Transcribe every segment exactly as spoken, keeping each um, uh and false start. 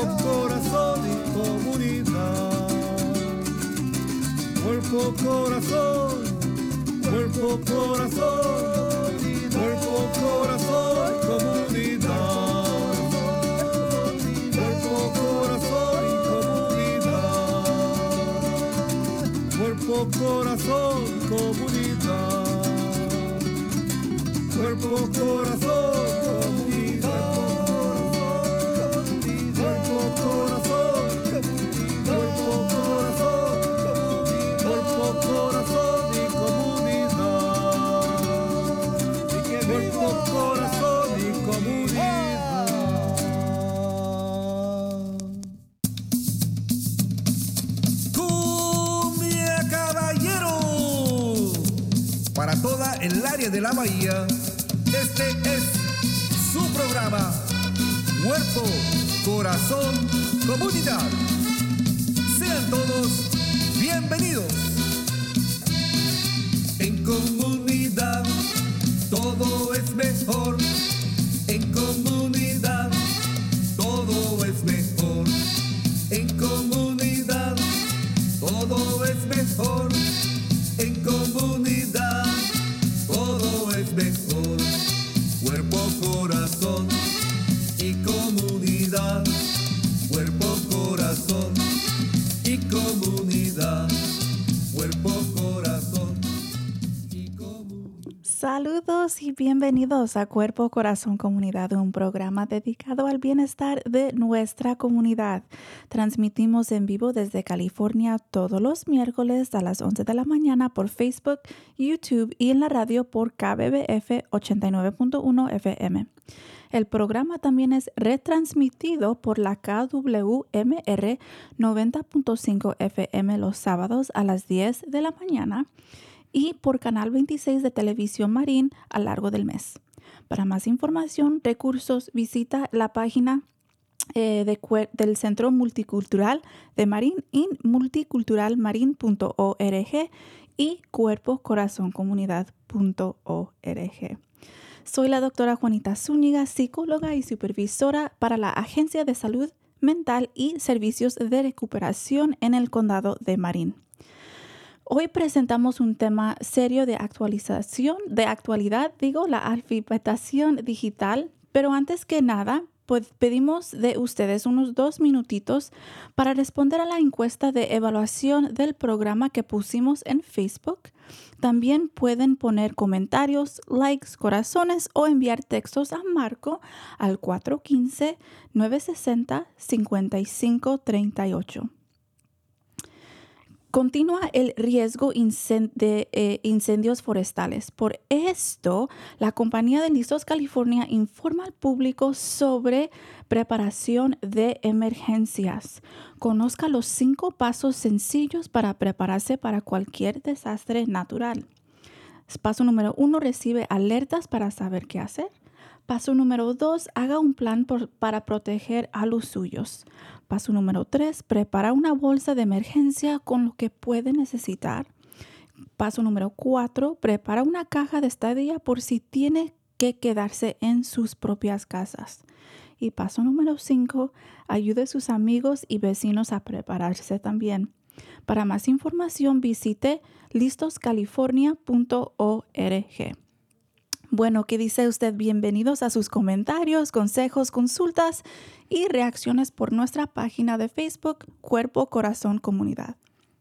corazón y comunidad. Cuerpo, corazón, cuerpo, corazón, cuerpo, corazón y comunidad. Cuerpo, corazón y comunidad. Cuerpo, corazón y comunidad. Cuerpo, corazón, comunidad. Cuerpo, corazón, cuerpo, corazón, cuerpo, corazón y comunidad. Cuerpo, corazón y comunidad. Cumbia Caballero. Para toda el área de la bahía, este es su programa, Cuerpo, Corazón, Comunidad. Sean todos bienvenidos. En comunidad todo es mejor. En comunidad todo es mejor. En comunidad todo es mejor. En comunidad todo es mejor. Cuerpo, corazón y comunidad. Cuerpo, corazón y comunidad. Cuerpo, corazón y comunidad. Saludos y bienvenidos a Cuerpo, Corazón, Comunidad, un programa dedicado al bienestar de nuestra comunidad. Transmitimos en vivo desde California todos los miércoles a las once de la mañana por Facebook, YouTube y en la radio por K B B F ochenta y nueve punto uno F M. El programa también es retransmitido por la K W M R noventa punto cinco F M los sábados a las diez de la mañana y por Canal veintiséis de Televisión Marín a lo largo del mes. Para más información, recursos, visita la página eh, de, del Centro Multicultural de Marín en multicultural marin punto org y cuerpo corazón comunidad punto org. Soy la doctora Juanita Zúñiga, psicóloga y supervisora para la Agencia de Salud Mental y Servicios de Recuperación en el Condado de Marín. Hoy presentamos un tema serio de actualización, de actualidad, digo, la alfabetización digital, pero antes que nada, pues pedimos de ustedes unos dos minutitos para responder a la encuesta de evaluación del programa que pusimos en Facebook. También pueden poner comentarios, likes, corazones o enviar textos a Marco al cuatro uno cinco, nueve seis cero, cinco cinco tres ocho. Continúa el riesgo de eh, incendios forestales. Por esto, la compañía de Listos California informa al público sobre preparación de emergencias. Conozca los cinco pasos sencillos para prepararse para cualquier desastre natural. Paso número uno, recibe alertas para saber qué hacer. Paso número dos, haga un plan por, para proteger a los suyos. Paso número tres, prepara una bolsa de emergencia con lo que puede necesitar. Paso número cuatro, prepara una caja de estadía por si tiene que quedarse en sus propias casas. Y paso número cinco, ayude a sus amigos y vecinos a prepararse también. Para más información, visite listos california punto org. Bueno, ¿qué dice usted? Bienvenidos a sus comentarios, consejos, consultas y reacciones por nuestra página de Facebook, Cuerpo, Corazón, Comunidad.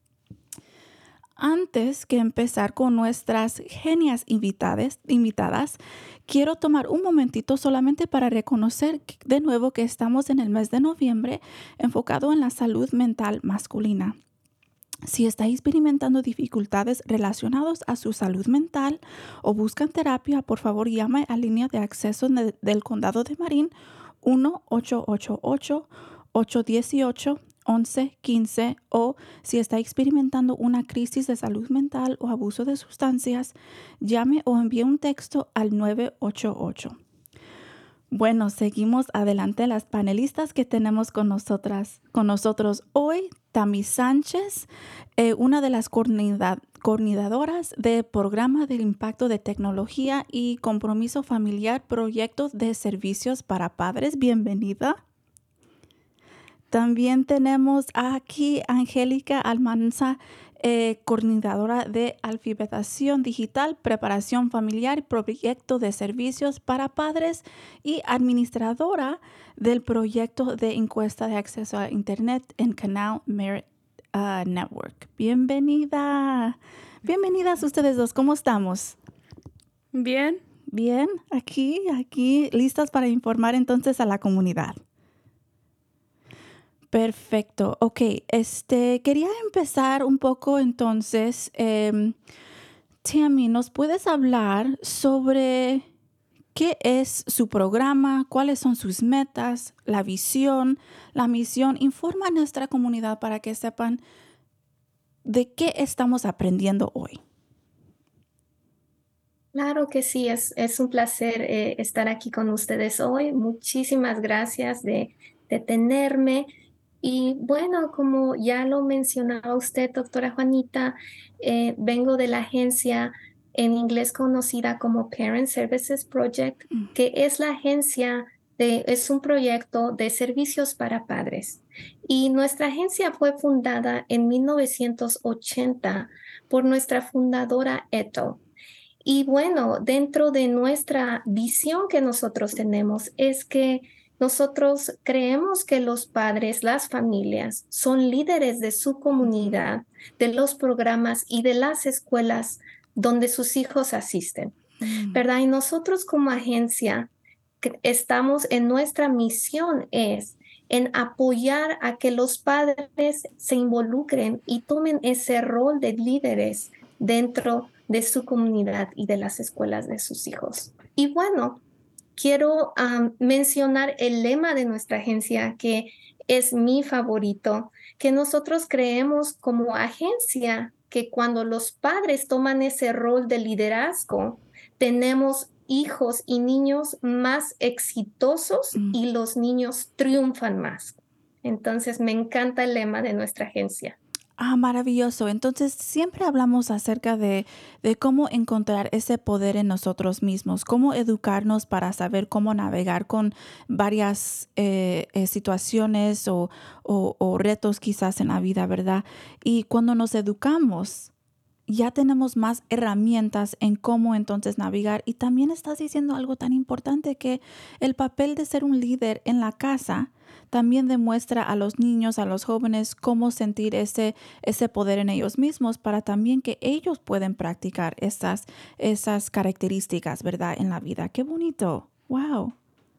Antes que empezar con nuestras genias invitadas, invitadas, quiero tomar un momentito solamente para reconocer de nuevo que estamos en el mes de noviembre enfocado en la salud mental masculina. Si está experimentando dificultades relacionadas a su salud mental o buscan terapia, por favor llame a la línea de acceso de, del Condado de Marín uno ocho ocho ocho, ocho uno ocho, once quince o si está experimentando una crisis de salud mental o abuso de sustancias, llame o envíe un texto al nueve ocho ocho. Bueno, seguimos adelante las panelistas que tenemos con nosotras, con nosotros hoy. Tami Sánchez, eh, una de las coordinad- coordinadoras del Programa del Impacto de Tecnología y Compromiso Familiar, Proyectos de Servicios para Padres. Bienvenida. También tenemos aquí a Angélica Almanza, eh, coordinadora de alfabetización digital, preparación familiar y proyecto de servicios para padres y administradora del proyecto de encuesta de acceso a Internet en Canal Merit uh, Network. Bienvenida. Bienvenidas ustedes dos. ¿Cómo estamos? Bien. Bien, aquí, aquí, listas para informar entonces a la comunidad. Perfecto. Ok, este, quería empezar un poco entonces. Eh, Tammy, ¿nos puedes hablar sobre qué es su programa, cuáles son sus metas, la visión, la misión? Informa a nuestra comunidad para que sepan de qué estamos aprendiendo hoy. Claro que sí, es, es un placer eh, estar aquí con ustedes hoy. Muchísimas gracias de, de tenerme. Y bueno, como ya lo mencionaba usted, doctora Juanita, eh, vengo de la agencia en inglés conocida como Parent Services Project, Mm. que es la agencia de, es un proyecto de servicios para padres. Y nuestra agencia fue fundada en mil novecientos ochenta por nuestra fundadora Ethel. Y bueno, dentro de nuestra visión que nosotros tenemos es que nosotros creemos que los padres, las familias, son líderes de su comunidad, de los programas y de las escuelas donde sus hijos asisten, Mm. ¿verdad? Y nosotros como agencia que estamos en nuestra misión es en apoyar a que los padres se involucren y tomen ese rol de líderes dentro de su comunidad y de las escuelas de sus hijos. Y bueno, quiero um, mencionar el lema de nuestra agencia, que es mi favorito, que nosotros creemos como agencia que cuando los padres toman ese rol de liderazgo, tenemos hijos y niños más exitosos Mm. y los niños triunfan más. Entonces, me encanta el lema de nuestra agencia. Ah, maravilloso. Entonces, siempre hablamos acerca de, de cómo encontrar ese poder en nosotros mismos, cómo educarnos para saber cómo navegar con varias eh, eh, situaciones o, o, o retos quizás en la vida, ¿verdad? Y cuando nos educamos, ya tenemos más herramientas en cómo entonces navegar. Y también estás diciendo algo tan importante, que el papel de ser un líder en la casa también demuestra a los niños, a los jóvenes, cómo sentir ese, ese poder en ellos mismos, para también que ellos puedan practicar esas, esas características, ¿verdad? En la vida. ¡Qué bonito! ¡Wow!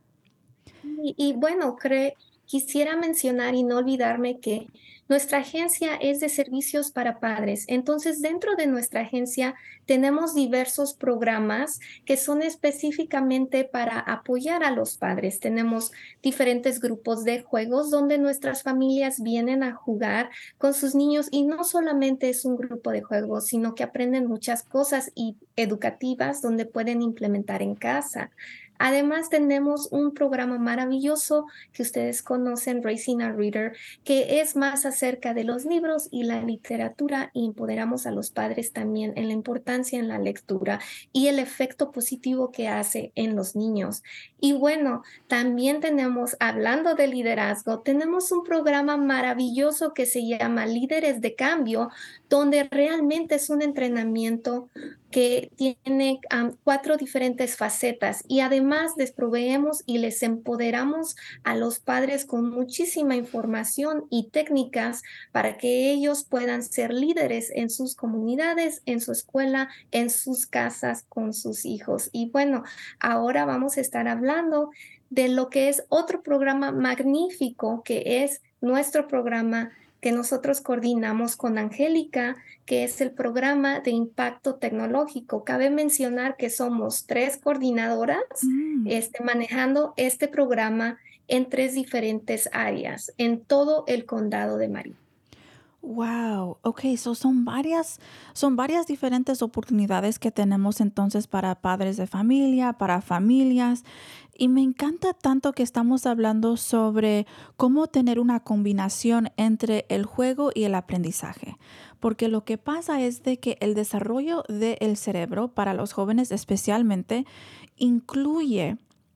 Y, y bueno, cre- quisiera mencionar y no olvidarme que nuestra agencia es de servicios para padres. Entonces, dentro de nuestra agencia tenemos diversos programas que son específicamente para apoyar a los padres. Tenemos diferentes grupos de juegos donde nuestras familias vienen a jugar con sus niños, y no solamente es un grupo de juegos, sino que aprenden muchas cosas y educativas donde pueden implementar en casa. Además, tenemos un programa maravilloso que ustedes conocen, Raising a Reader, que es más acerca de los libros y la literatura, y empoderamos a los padres también en la importancia en la lectura y el efecto positivo que hace en los niños. Y bueno, también tenemos, hablando de liderazgo, tenemos un programa maravilloso que se llama Líderes de Cambio, donde realmente es un entrenamiento que tiene um, cuatro diferentes facetas, y además les proveemos y les empoderamos a los padres con muchísima información y técnicas para que ellos puedan ser líderes en sus comunidades, en su escuela, en sus casas con sus hijos. Y bueno, ahora vamos a estar hablando de lo que es otro programa magnífico, que es nuestro programa que nosotros coordinamos con Angélica, que es el programa de impacto tecnológico. Cabe mencionar que somos tres coordinadoras Mm. este, manejando este programa en tres diferentes áreas en todo el condado de Marin. Wow, ok, so son varias, son varias diferentes oportunidades que tenemos entonces para padres de familia, para familias, y me encanta tanto que estamos hablando sobre cómo tener una combinación entre el juego y el aprendizaje, porque lo que pasa es de que el desarrollo del cerebro para los jóvenes especialmente incluye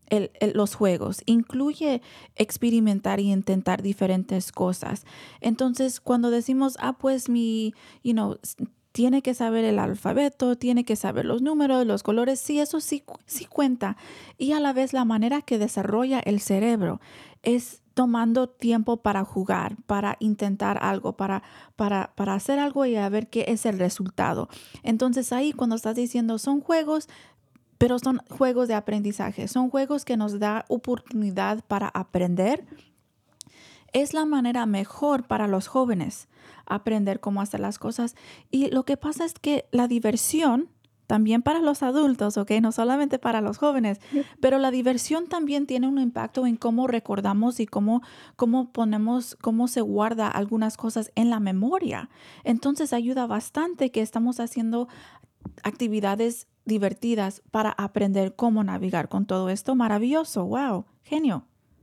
el, el, los juegos, incluye experimentar y intentar diferentes cosas. Entonces, cuando decimos, ah, pues mi, you know, tiene que saber el alfabeto, tiene que saber los números, los colores, sí, eso sí, sí cuenta. Y a la vez la manera que desarrolla el cerebro es tomando tiempo para jugar, para intentar algo, para, para, para hacer algo y a ver qué es el resultado. Entonces ahí cuando estás diciendo son juegos, pero son juegos de aprendizaje, son juegos que nos da oportunidad para aprender. Es la manera mejor para los jóvenes aprender cómo hacer las cosas. Y lo que pasa es que la diversión, también para los adultos, ¿ok? No solamente para los jóvenes, pero la diversión también tiene un impacto en cómo recordamos y cómo, cómo ponemos, cómo se guarda algunas cosas en la memoria. Entonces ayuda bastante que estamos haciendo actividades divertidas para aprender cómo navegar con todo esto. Maravilloso, wow, genio.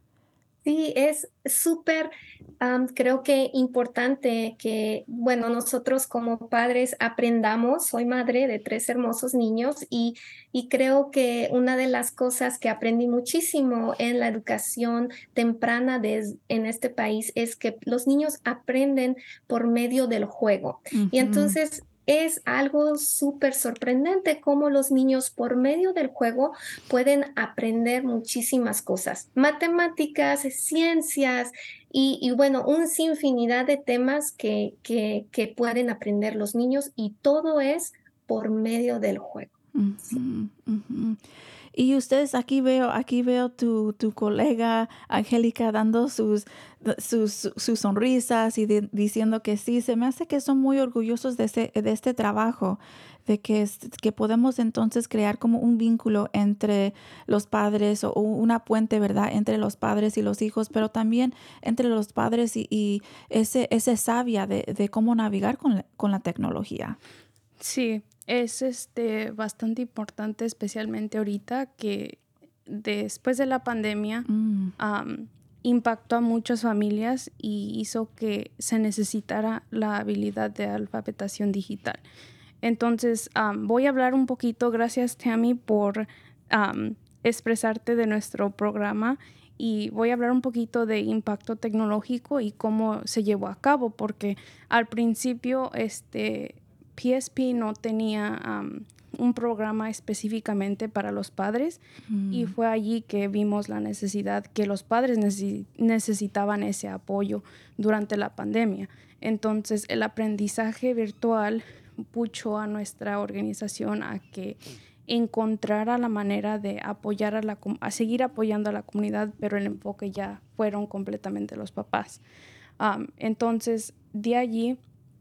Sí, es súper, um, creo que importante que, bueno, nosotros como padres aprendamos. Soy madre de tres hermosos niños y, y creo que una de las cosas que aprendí muchísimo en la educación temprana de, en este país es que los niños aprenden por medio del juego. Uh-huh. Y entonces es algo súper sorprendente cómo los niños por medio del juego pueden aprender muchísimas cosas, matemáticas, ciencias y, y bueno, un sinfinidad de temas que, que, que pueden aprender los niños y todo es por medio del juego. Uh-huh, Sí. uh-huh. Y ustedes, aquí veo, aquí veo tu, tu colega Angélica dando sus, sus, sus sonrisas y de, diciendo que sí. Se me hace que son muy orgullosos de, ese, de este trabajo, de que, que podemos entonces crear como un vínculo entre los padres o una puente, ¿verdad? Entre los padres y los hijos, pero también entre los padres y, y ese, ese sabia de, de cómo navegar con la, con la tecnología. Sí. Es este, bastante importante, especialmente ahorita que después de la pandemia mm. um, impactó a muchas familias y hizo que se necesitara la habilidad de alfabetización digital. Entonces, um, voy a hablar un poquito, gracias Tammy por um, expresarte de nuestro programa, y voy a hablar un poquito de impacto tecnológico y cómo se llevó a cabo, porque al principio este P S P no tenía um, un programa específicamente para los padres mm. y fue allí que vimos la necesidad que los padres neces- necesitaban ese apoyo durante la pandemia. Entonces el aprendizaje virtual puchó a nuestra organización a que encontrara la manera de apoyar a, la, a seguir apoyando a la comunidad, pero el enfoque ya fueron completamente los papás. Um, entonces de allí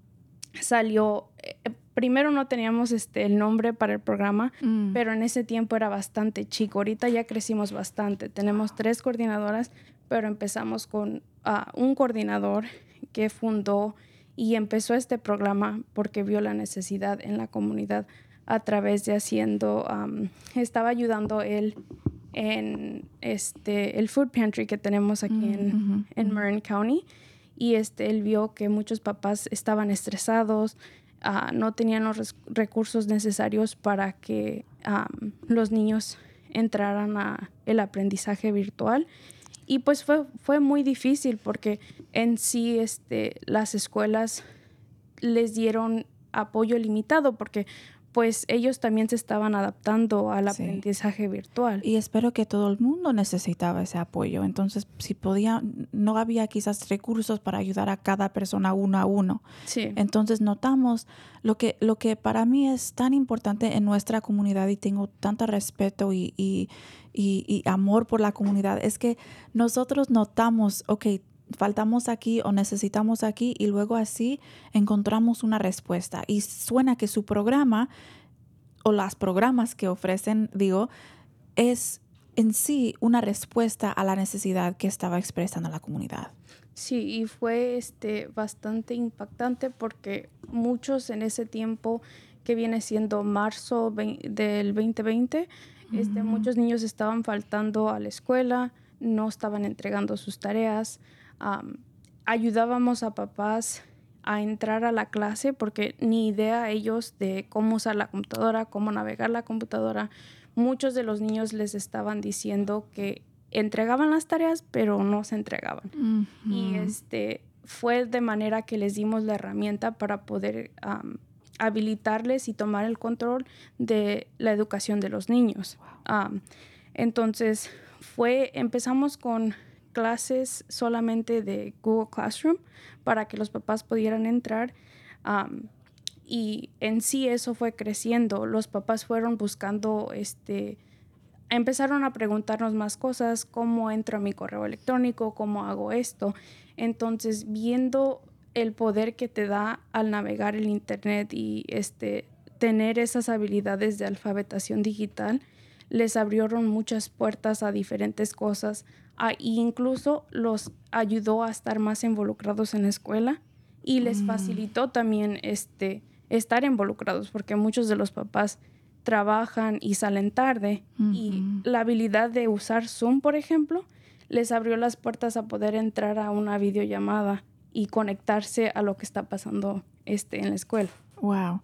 salió, eh, primero no teníamos este, el nombre para el programa, mm. pero en ese tiempo era bastante chico. Ahorita ya crecimos bastante. Tenemos wow. tres coordinadoras, pero empezamos con uh, un coordinador que fundó y empezó este programa porque vio la necesidad en la comunidad a través de haciendo, um, estaba ayudando él en este, el food pantry que tenemos aquí mm, en, uh-huh, en Marin County. Y este, él vio que muchos papás estaban estresados, uh, no tenían los res- recursos necesarios para que um, los niños entraran a el aprendizaje virtual. Y pues fue, fue muy difícil porque en sí este, las escuelas les dieron apoyo limitado porque pues ellos también se estaban adaptando al sí. aprendizaje virtual. Y espero que todo el mundo necesitaba ese apoyo. Entonces, si podía, no había quizás recursos para ayudar a cada persona uno a uno. Sí. Entonces, notamos lo que, lo que para mí es tan importante en nuestra comunidad y tengo tanto respeto y, y, y, y amor por la comunidad, es que nosotros notamos, ok, faltamos aquí o necesitamos aquí y luego así encontramos una respuesta. Y suena que su programa o los programas que ofrecen, digo, es en sí una respuesta a la necesidad que estaba expresando la comunidad. Sí, y fue este, bastante impactante porque muchos en ese tiempo que viene siendo marzo del veinte veinte, uh-huh. este, muchos niños estaban faltando a la escuela, no estaban entregando sus tareas. Um, ayudábamos a papás a entrar a la clase porque ni idea ellos de cómo usar la computadora, cómo navegar la computadora, muchos de los niños les estaban diciendo que entregaban las tareas, pero no se entregaban. Uh-huh. Y este, fue de manera que les dimos la herramienta para poder um, habilitarles y tomar el control de la educación de los niños. Wow. Um, entonces, fue, empezamos con clases solamente de Google Classroom para que los papás pudieran entrar. Um, y en sí eso fue creciendo. Los papás fueron buscando este... empezaron a preguntarnos más cosas, cómo entro a mi correo electrónico, cómo hago esto. Entonces, viendo el poder que te da al navegar el internet y este, tener esas habilidades de alfabetación digital, les abrieron muchas puertas a diferentes cosas a, e incluso los ayudó a estar más involucrados en la escuela y les mm. facilitó también este, estar involucrados, porque muchos de los papás trabajan y salen tarde, uh-huh. y la habilidad de usar Zoom, por ejemplo, les abrió las puertas a poder entrar a una videollamada y conectarse a lo que está pasando este, en la escuela. Wow.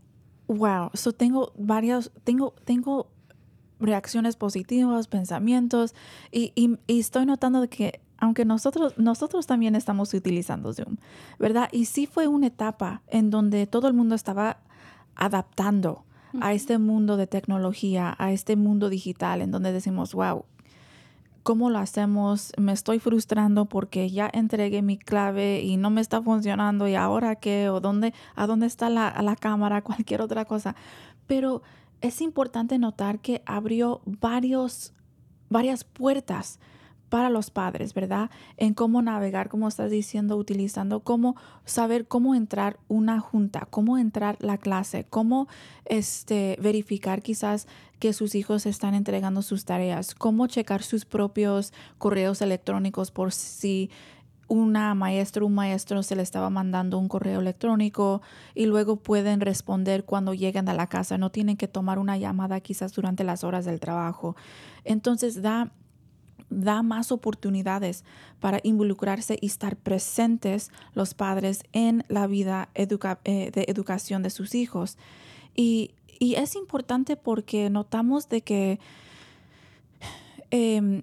Wow. So tengo varias, tengo, tengo reacciones positivas, pensamientos, y, y, y estoy notando que aunque nosotros, nosotros también estamos utilizando Zoom, ¿verdad? Y sí fue una etapa en donde todo el mundo estaba adaptando a este mundo de tecnología, a este mundo digital, en donde decimos, wow, ¿cómo lo hacemos? Me estoy frustrando porque ya entregué mi clave y no me está funcionando, ¿y ahora qué? ¿O dónde, a dónde está la, la cámara? Cualquier otra cosa. Pero es importante notar que abrió varios, varias puertas para los padres, ¿verdad? En cómo navegar, como estás diciendo, utilizando, cómo saber cómo entrar una junta, cómo entrar la clase, cómo este, verificar quizás que sus hijos están entregando sus tareas, cómo checar sus propios correos electrónicos por si una maestra o un maestro se le estaba mandando un correo electrónico, y luego pueden responder cuando lleguen a la casa. No tienen que tomar una llamada quizás durante las horas del trabajo. Entonces da da más oportunidades para involucrarse y estar presentes los padres en la vida educa- eh, de educación de sus hijos. Y, y es importante porque notamos de que eh,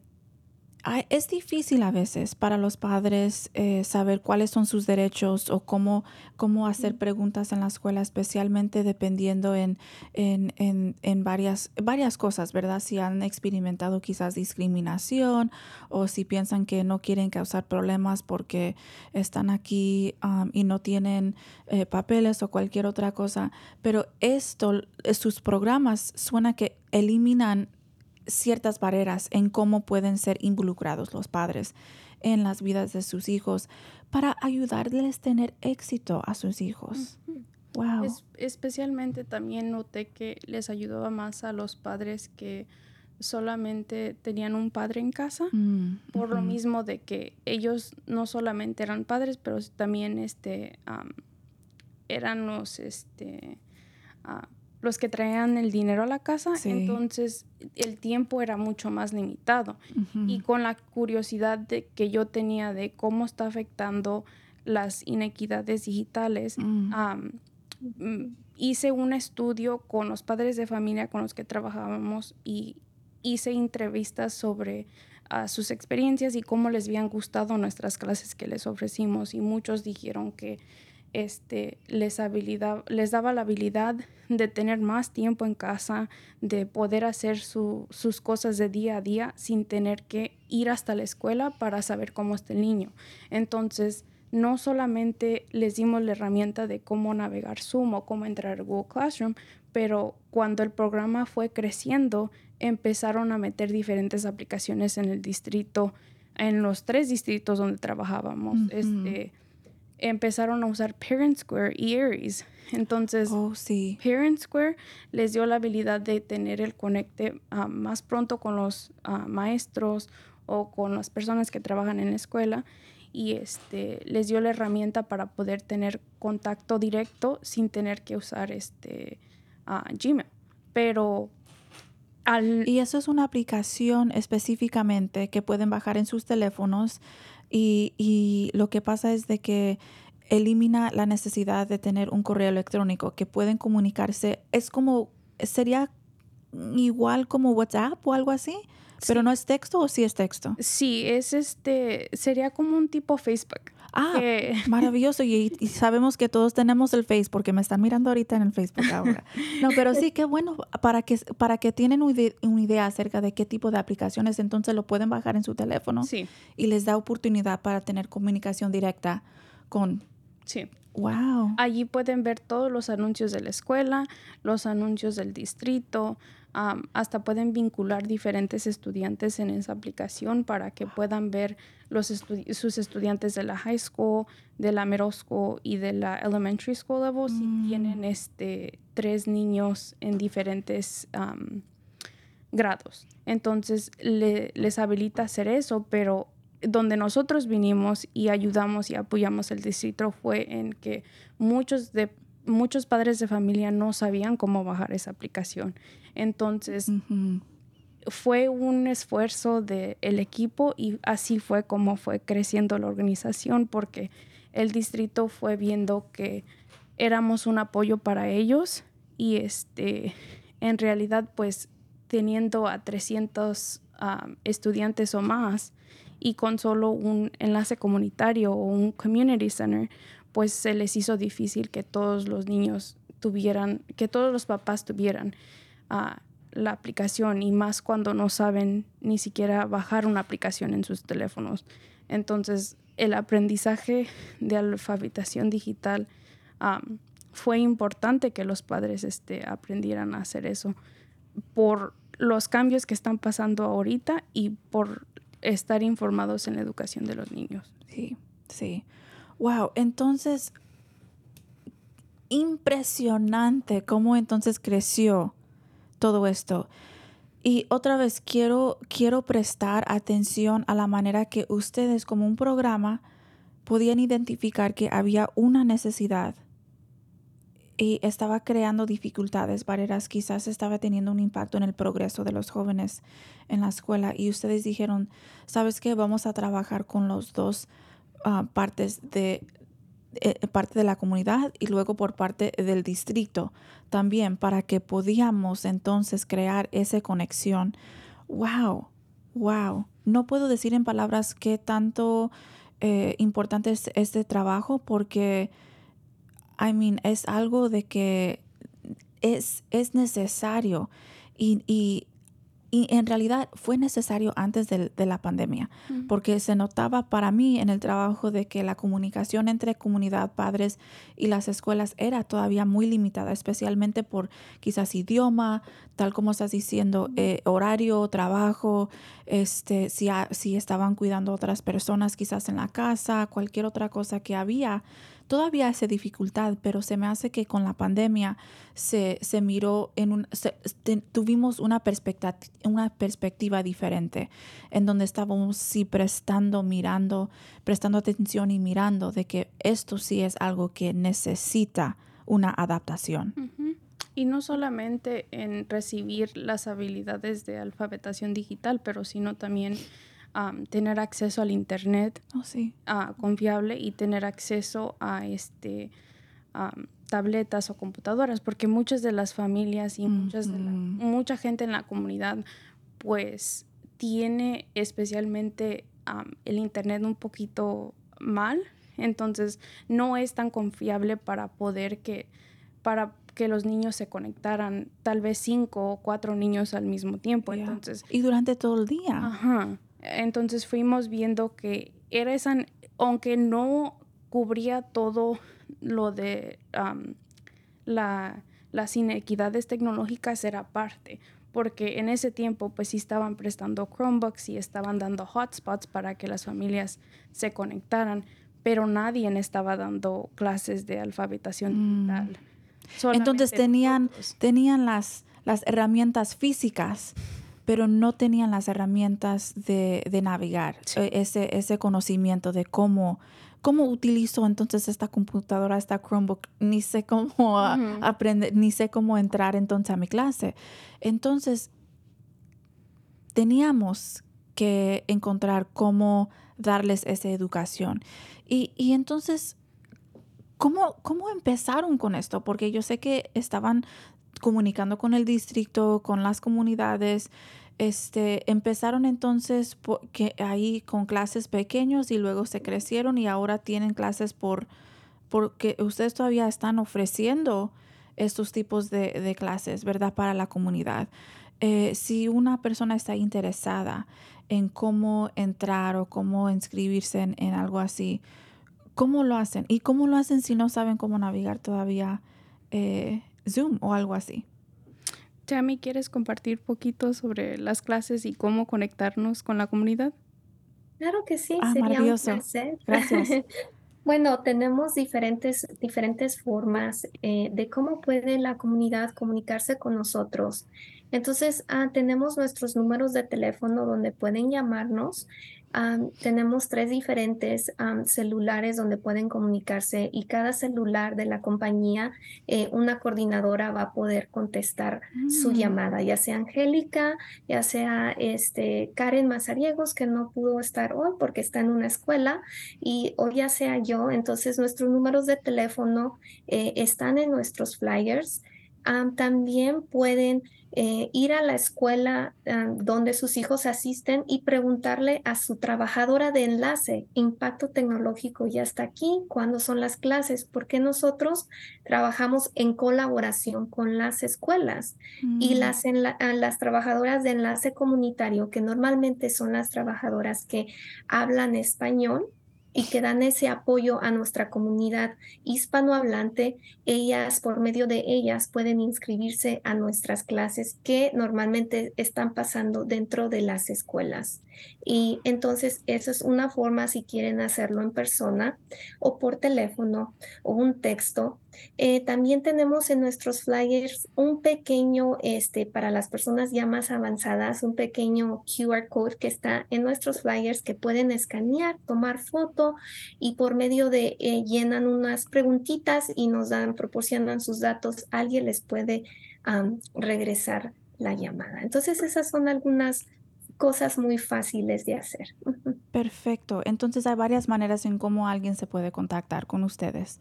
es difícil a veces para los padres eh, saber cuáles son sus derechos o cómo, cómo hacer preguntas en la escuela, especialmente dependiendo en, en, en, en varias, varias cosas, ¿verdad? Si han experimentado quizás discriminación o si piensan que no quieren causar problemas porque están aquí um, y no tienen eh, papeles o cualquier otra cosa. Pero esto, sus programas suena que eliminan ciertas barreras en cómo pueden ser involucrados los padres en las vidas de sus hijos para ayudarles a tener éxito a sus hijos. Uh-huh. Wow. Es, especialmente también noté que les ayudaba más a los padres que solamente tenían un padre en casa, mm, por uh-huh. lo mismo de que ellos no solamente eran padres, pero también este, um, eran los... Este, uh, los que traían el dinero a la casa, sí. Entonces el tiempo era mucho más limitado. Uh-huh. Y con la curiosidad de que yo tenía de cómo está afectando las inequidades digitales, uh-huh. um, hice un estudio con los padres de familia con los que trabajábamos y hice entrevistas sobre uh, sus experiencias y cómo les habían gustado nuestras clases que les ofrecimos, y muchos dijeron que Este, les, habilidad, les daba la habilidad de tener más tiempo en casa, de poder hacer su, sus cosas de día a día sin tener que ir hasta la escuela para saber cómo está el niño. Entonces, no solamente les dimos la herramienta de cómo navegar Zoom o cómo entrar a Google Classroom, pero cuando el programa fue creciendo, empezaron a meter diferentes aplicaciones en el distrito, en los tres distritos donde trabajábamos. Uh-huh. Este... empezaron a usar Parent Square y Aries. Entonces, oh, sí. Parent Square les dio la habilidad de tener el conecte uh, más pronto con los uh, maestros o con las personas que trabajan en la escuela, y este, les dio la herramienta para poder tener contacto directo sin tener que usar este, uh, Gmail. Pero... Al... Y eso es una aplicación específicamente que pueden bajar en sus teléfonos. Y, y lo que pasa es de que elimina la necesidad de tener un correo electrónico, que pueden comunicarse. Es como, sería igual como WhatsApp o algo así? Sí. ¿Pero no es texto o sí es texto? Sí, es este, sería como un tipo Facebook. Ah, que... maravilloso. Y, y sabemos que todos tenemos el Face porque me están mirando ahorita en el Facebook ahora. No, pero sí, qué bueno para que, para que tienen una idea, una idea acerca de qué tipo de aplicaciones, entonces lo pueden bajar en su teléfono. Sí. Y les da oportunidad para tener comunicación directa con... Sí. Wow. Allí pueden ver todos los anuncios de la escuela, los anuncios del distrito, um, hasta pueden vincular diferentes estudiantes en esa aplicación para que puedan ver los estu- sus estudiantes de la high school, de la middle school y de la elementary school level, mm. si tienen este, tres niños en diferentes um, grados. Entonces le, les habilita hacer eso, pero donde nosotros vinimos y ayudamos y apoyamos el distrito fue en que muchos de muchos padres de familia no sabían cómo bajar esa aplicación. Entonces uh-huh. fue un esfuerzo del equipo y así fue como fue creciendo la organización, porque el distrito fue viendo que éramos un apoyo para ellos y este en realidad pues teniendo a trescientos um, estudiantes o más y con solo un enlace comunitario o un community center, pues se les hizo difícil que todos los niños tuvieran, que todos los papás tuvieran uh, la aplicación, y más cuando no saben ni siquiera bajar una aplicación en sus teléfonos. Entonces, el aprendizaje de alfabetización digital um, fue importante que los padres este, aprendieran a hacer eso por los cambios que están pasando ahorita y por estar informados en la educación de los niños. Sí, sí. Wow, entonces, impresionante cómo entonces creció todo esto. Y otra vez, quiero, quiero prestar atención a la manera que ustedes como un programa podían identificar que había una necesidad y estaba creando dificultades, barreras, quizás estaba teniendo un impacto en el progreso de los jóvenes en la escuela. Y ustedes dijeron, ¿sabes qué? Vamos a trabajar con los dos uh, partes de, eh, parte de la comunidad y luego por parte del distrito también, para que podíamos entonces crear esa conexión. ¡Wow! ¡Wow! No puedo decir en palabras qué tanto eh, importante es este trabajo, porque I mean, es algo de que es, es necesario y, y, y en realidad fue necesario antes de, de la pandemia, mm. porque se notaba para mí en el trabajo de que la comunicación entre comunidad, padres y las escuelas era todavía muy limitada, especialmente por quizás idioma, tal como estás diciendo, eh, horario, trabajo, este, si, a, si estaban cuidando a otras personas quizás en la casa, cualquier otra cosa que había. Todavía hace dificultad, pero se me hace que con la pandemia se, se miró en un, se, te, tuvimos una perspectiva, una perspectiva diferente, en donde estábamos sí prestando, mirando, prestando atención y mirando de que esto sí es algo que necesita una adaptación. Uh-huh. Y no solamente en recibir las habilidades de alfabetización digital, pero sino también Um, tener acceso al internet oh, sí. uh, confiable y tener acceso a este um, tabletas o computadoras, porque muchas de las familias y mm-hmm. muchas de la, mucha gente en la comunidad pues tiene especialmente um, el internet un poquito mal, entonces no es tan confiable para poder que para que los niños se conectaran, tal vez cinco o cuatro niños al mismo tiempo. Yeah. Entonces, y durante todo el día. Ajá. Entonces fuimos viendo que era esa, aunque no cubría todo lo de um, la, las inequidades tecnológicas, era parte, porque en ese tiempo pues sí estaban prestando Chromebooks y estaban dando hotspots para que las familias se conectaran, pero nadie estaba dando clases de alfabetización mm. digital. Solamente Entonces tenían, tenían las, las herramientas físicas, pero no tenían las herramientas de, de navegar, sí. ese, ese conocimiento de cómo, cómo utilizo entonces esta computadora, esta Chromebook, ni sé cómo uh-huh. aprender, ni sé cómo entrar entonces a mi clase. Entonces, teníamos que encontrar cómo darles esa educación. Y, y entonces, ¿cómo, ¿cómo empezaron con esto? Porque yo sé que estaban comunicando con el distrito, con las comunidades. Este, empezaron entonces po- que ahí con clases pequeños y luego se crecieron y ahora tienen clases por porque ustedes todavía están ofreciendo estos tipos de, de clases, ¿verdad? Para la comunidad. Eh, si una persona está interesada en cómo entrar o cómo inscribirse en, en algo así, ¿cómo lo hacen? ¿Y cómo lo hacen si no saben cómo navegar todavía eh, Zoom o algo así? Tammy, ¿quieres compartir poquito sobre las clases y cómo conectarnos con la comunidad? Claro que sí, Ah, sería un maravilloso. placer. Gracias. Bueno, tenemos diferentes, diferentes formas eh, de cómo puede la comunidad comunicarse con nosotros. Entonces, ah, tenemos nuestros números de teléfono donde pueden llamarnos. Ah, tenemos tres diferentes ah, celulares donde pueden comunicarse y cada celular de la compañía, eh, una coordinadora va a poder contestar su Mm, llamada, ya sea Angélica, ya sea este, Karen Mazariegos, que no pudo estar hoy porque está en una escuela y o ya sea yo, entonces nuestros números de teléfono eh, están en nuestros flyers. Am, también pueden eh, ir a la escuela am, donde sus hijos asisten y preguntarle a su trabajadora de enlace, Impacto Tecnológico ya está aquí, ¿cuándo son las clases? Porque nosotros trabajamos en colaboración con las escuelas y mm, las, enla- a las trabajadoras de enlace comunitario, que normalmente son las trabajadoras que hablan español y que dan ese apoyo a nuestra comunidad hispanohablante, ellas, por medio de ellas, pueden inscribirse a nuestras clases que normalmente están pasando dentro de las escuelas. Y entonces, esa es una forma si quieren hacerlo en persona o por teléfono o un texto. Eh, también tenemos en nuestros flyers un pequeño, este, para las personas ya más avanzadas, un pequeño Q R code que está en nuestros flyers que pueden escanear, tomar foto y por medio de eh, llenan unas preguntitas y nos dan, proporcionan sus datos, alguien les puede um, regresar la llamada. Entonces esas son algunas cosas muy fáciles de hacer. perfecto. Entonces hay varias maneras en cómo alguien se puede contactar con ustedes.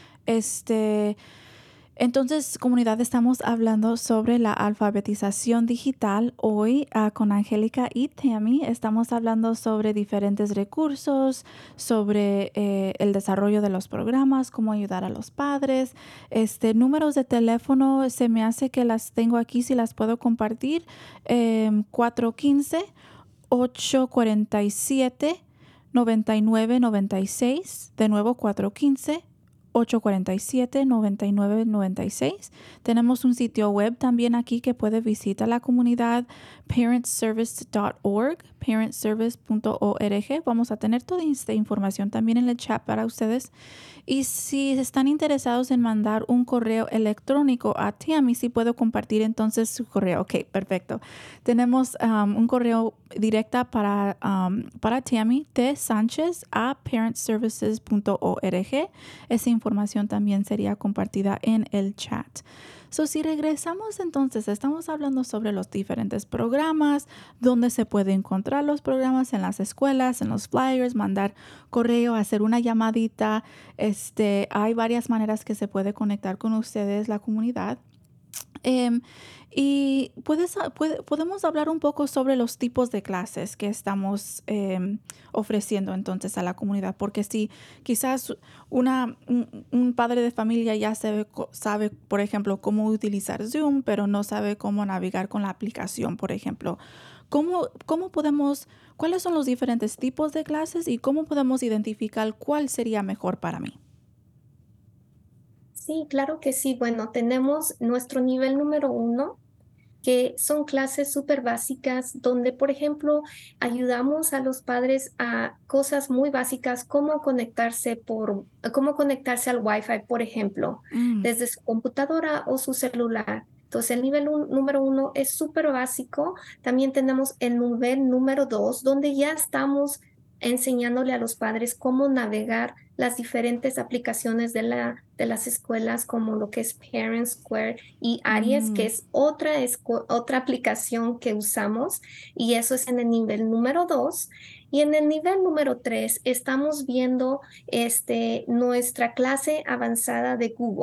Este, entonces, comunidad, estamos hablando sobre la alfabetización digital. Hoy uh, con Angélica y Tammy estamos hablando sobre diferentes recursos, sobre eh, el desarrollo de los programas, cómo ayudar a los padres. Este, números de teléfono, se me hace que las tengo aquí, si las puedo compartir. Eh, cuatro uno cinco, ocho cuatro siete, nueve nueve nueve seis. De nuevo, cuatro uno cinco, ocho cuatro siete, nueve nueve nueve seis. Tenemos un sitio web también aquí que puede visitar la comunidad, parent service punto org, parent service punto org. Vamos a tener toda esta información también en el chat para ustedes. Y si están interesados en mandar un correo electrónico a Tammy, si puedo compartir entonces su correo. Ok, perfecto. Tenemos um, un correo directa para, um, para Tammy, T. Sánchez a parent services punto org. Esa información también sería compartida en el chat. So, si regresamos entonces, estamos hablando sobre los diferentes programas, dónde se puede encontrar los programas en las escuelas, en los flyers, mandar correo, hacer una llamadita. Este, hay varias maneras que se puede conectar con ustedes, la comunidad. Um, y puedes, puede, podemos hablar un poco sobre los tipos de clases que estamos um, ofreciendo entonces a la comunidad, porque si quizás una, un, un padre de familia ya sabe, sabe, por ejemplo, cómo utilizar Zoom, pero no sabe cómo navegar con la aplicación, por ejemplo, ¿cómo, cómo podemos, cuáles son los diferentes tipos de clases y cómo podemos identificar cuál sería mejor para mí? Sí, claro que sí. Bueno, tenemos nuestro nivel número uno, que son clases súper básicas donde, por ejemplo, ayudamos a los padres a cosas muy básicas como conectarse por, cómo conectarse al Wi-Fi, por ejemplo, Mm, desde su computadora o su celular. Entonces, el nivel un- número uno es súper básico. También tenemos el nivel número dos, donde ya estamos enseñándole a los padres cómo navegar las diferentes aplicaciones de, la, de las escuelas, como lo que es Parent Square y Aries, que mm. es otra, otra aplicación que usamos, y eso es en el nivel número dos. Y en el nivel número tres estamos viendo este, nuestra clase avanzada de Google.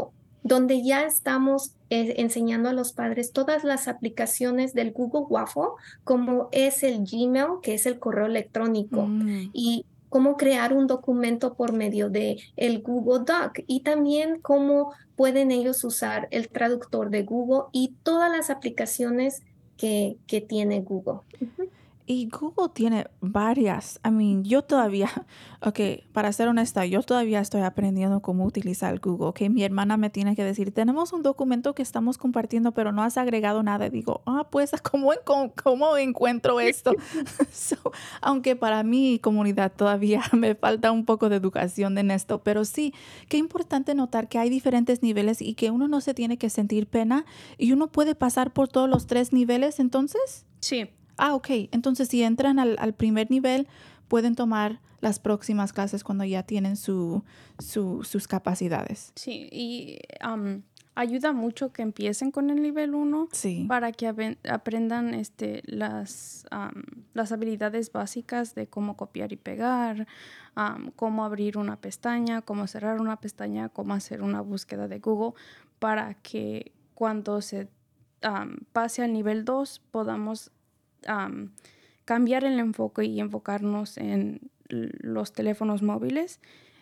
donde ya estamos eh, enseñando a los padres todas las aplicaciones del Google Waffle, como es el Gmail, que es el correo electrónico, Mm. y cómo crear un documento por medio de el Google Doc, y también cómo pueden ellos usar el traductor de Google y todas las aplicaciones que, que tiene Google. Ujú. Y Google tiene varias. I mean, yo todavía, ok, para ser honesta, yo todavía estoy aprendiendo cómo utilizar Google. Ok, mi hermana me tiene que decir, tenemos un documento que estamos compartiendo, pero no has agregado nada. Y digo, ah, pues, ¿cómo, cómo, cómo encuentro esto? So, aunque para mi comunidad todavía me falta un poco de educación en esto, pero sí, qué importante notar que hay diferentes niveles y que uno no se tiene que sentir pena y uno puede pasar por todos los tres niveles, entonces. Sí. Ah, ok. Entonces, si entran al, al primer nivel, pueden tomar las próximas clases cuando ya tienen su, su, sus capacidades. Sí, y um, ayuda mucho que empiecen con el nivel uno Sí. para que aven- aprendan este, las, um, las habilidades básicas de cómo copiar y pegar, um, cómo abrir una pestaña, cómo cerrar una pestaña, cómo hacer una búsqueda de Google, para que cuando se um, pase al nivel dos podamos Um, cambiar el enfoque y enfocarnos en los teléfonos móviles,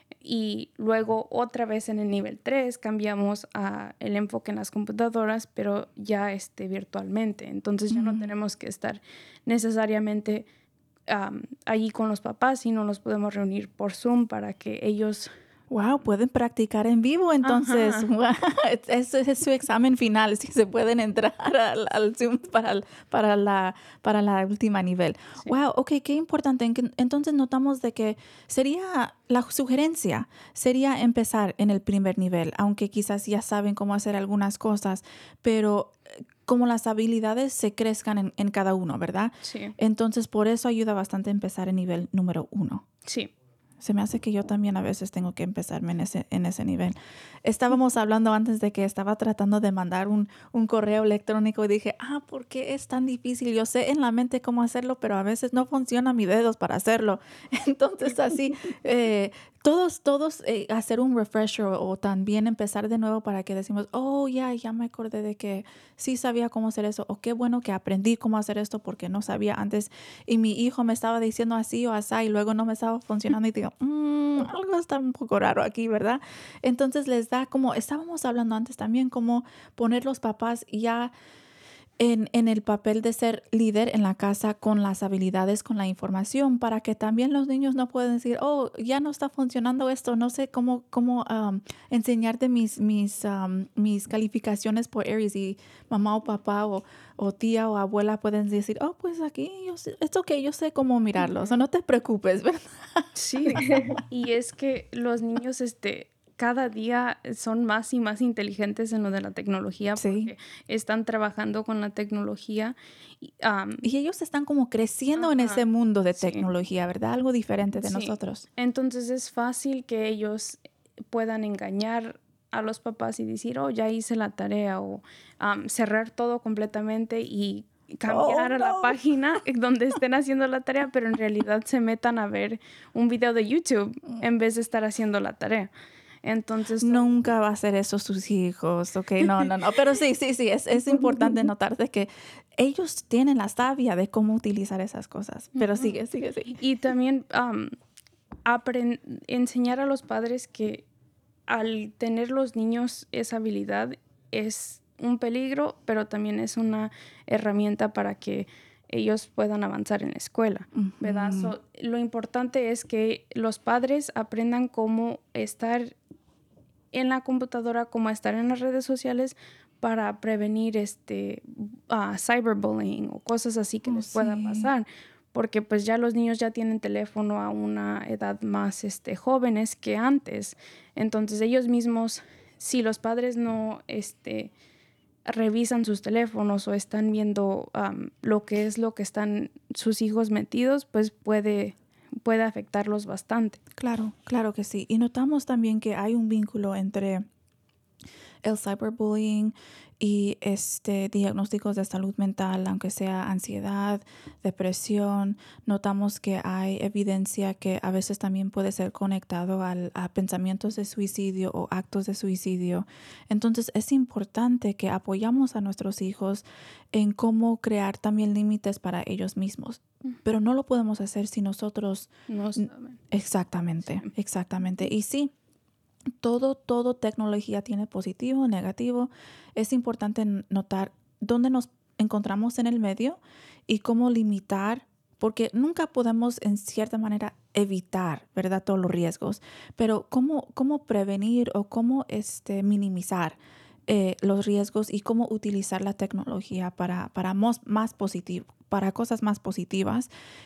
y luego otra vez en el nivel tres cambiamos a el enfoque en las computadoras, pero ya este, virtualmente. Entonces ya Mm. no tenemos que estar necesariamente um, allí con los papás, sino nos podemos reunir por Zoom para que ellos... Wow, pueden practicar en vivo, entonces. Ajá. Wow, ese es su examen final, si se pueden entrar al, al Zoom para, el- para, la, para la última nivel. Sí. Wow, ok, qué importante. En- Entonces notamos de que sería, la sugerencia sería empezar en el primer nivel, aunque quizás ya saben cómo hacer algunas cosas, pero eh, como las habilidades se crezcan en, en cada uno, ¿verdad? Sí, Entonces, por eso ayuda bastante empezar en nivel número uno. sí. Se me hace que yo también a veces tengo que empezarme en ese, en ese nivel. Estábamos hablando antes de que estaba tratando de mandar un, un correo electrónico y dije, ah, ¿por qué es tan difícil? Yo sé en la mente cómo hacerlo, pero a veces no funcionan mis dedos para hacerlo. Entonces así, eh, todos, todos eh, hacer un refresher o, o también empezar de nuevo para que decimos, oh, ya, ya me acordé de que sí sabía cómo hacer eso, o qué bueno que aprendí cómo hacer esto porque no sabía antes y mi hijo me estaba diciendo así o así y luego no me estaba funcionando y digo, mmm, algo está un poco raro aquí, ¿verdad? Entonces les da como, estábamos hablando antes también, como poner los papás ya en, en el papel de ser líder en la casa con las habilidades, con la información, para que también los niños no puedan decir, oh, ya no está funcionando esto, no sé cómo, cómo um, enseñarte mis, mis, um, mis calificaciones por Aries, y mamá o papá o, o tía o abuela pueden decir, oh, pues aquí, yo sé, es ok, yo sé cómo mirarlo, o sea, no te preocupes, ¿verdad? Sí, y es que los niños, este, cada día son más y más inteligentes en lo de la tecnología, Sí. porque están trabajando con la tecnología. Y, um, Y ellos están como creciendo Ajá, en ese mundo de sí. tecnología, ¿verdad? Algo diferente de Sí. nosotros. Entonces es fácil que ellos puedan engañar a los papás y decir, oh, ya hice la tarea, o um, cerrar todo completamente y cambiar Oh, a la no. página donde estén haciendo la tarea, pero en realidad se metan a ver un video de YouTube en vez de estar haciendo la tarea. Entonces, Nunca va a hacer eso sus hijos, ¿ok? No, no, no. Pero sí, sí, sí, es, es importante notar de que ellos tienen la savia de cómo utilizar esas cosas. Pero Ujú. sigue, sigue, sigue. Y también um, apren- enseñar a los padres que al tener los niños esa habilidad es un peligro, pero también es una herramienta para que ellos puedan avanzar en la escuela, ¿verdad? Ujú. So, lo importante es que los padres aprendan cómo estar en la computadora, cómo estar en las redes sociales para prevenir este uh, cyberbullying o cosas así que Oh, les pueda sí. pasar, porque pues ya los niños ya tienen teléfono a una edad más este, jóvenes que antes. Entonces ellos mismos, si los padres no este, revisan sus teléfonos o están viendo um, lo que es lo que están sus hijos metidos, pues puede, puede afectarlos bastante. Claro, claro que sí. Y notamos también que hay un vínculo entre el cyberbullying y este diagnósticos de salud mental, aunque sea ansiedad, depresión, notamos que hay evidencia que a veces también puede ser conectado al, a pensamientos de suicidio o actos de suicidio. Entonces es importante que apoyamos a nuestros hijos en cómo crear también límites para ellos mismos. Pero no lo podemos hacer si nosotros... No saben. Exactamente, sí. exactamente. Y sí, todo, todo tecnología tiene positivo, negativo. Es importante notar dónde nos encontramos en el medio y cómo limitar, porque nunca podemos en cierta manera evitar, ¿verdad?, todos los riesgos, pero cómo, cómo prevenir o cómo este, minimizar eh, los riesgos y cómo utilizar la tecnología para, para más, más positivo, para cosas más positivas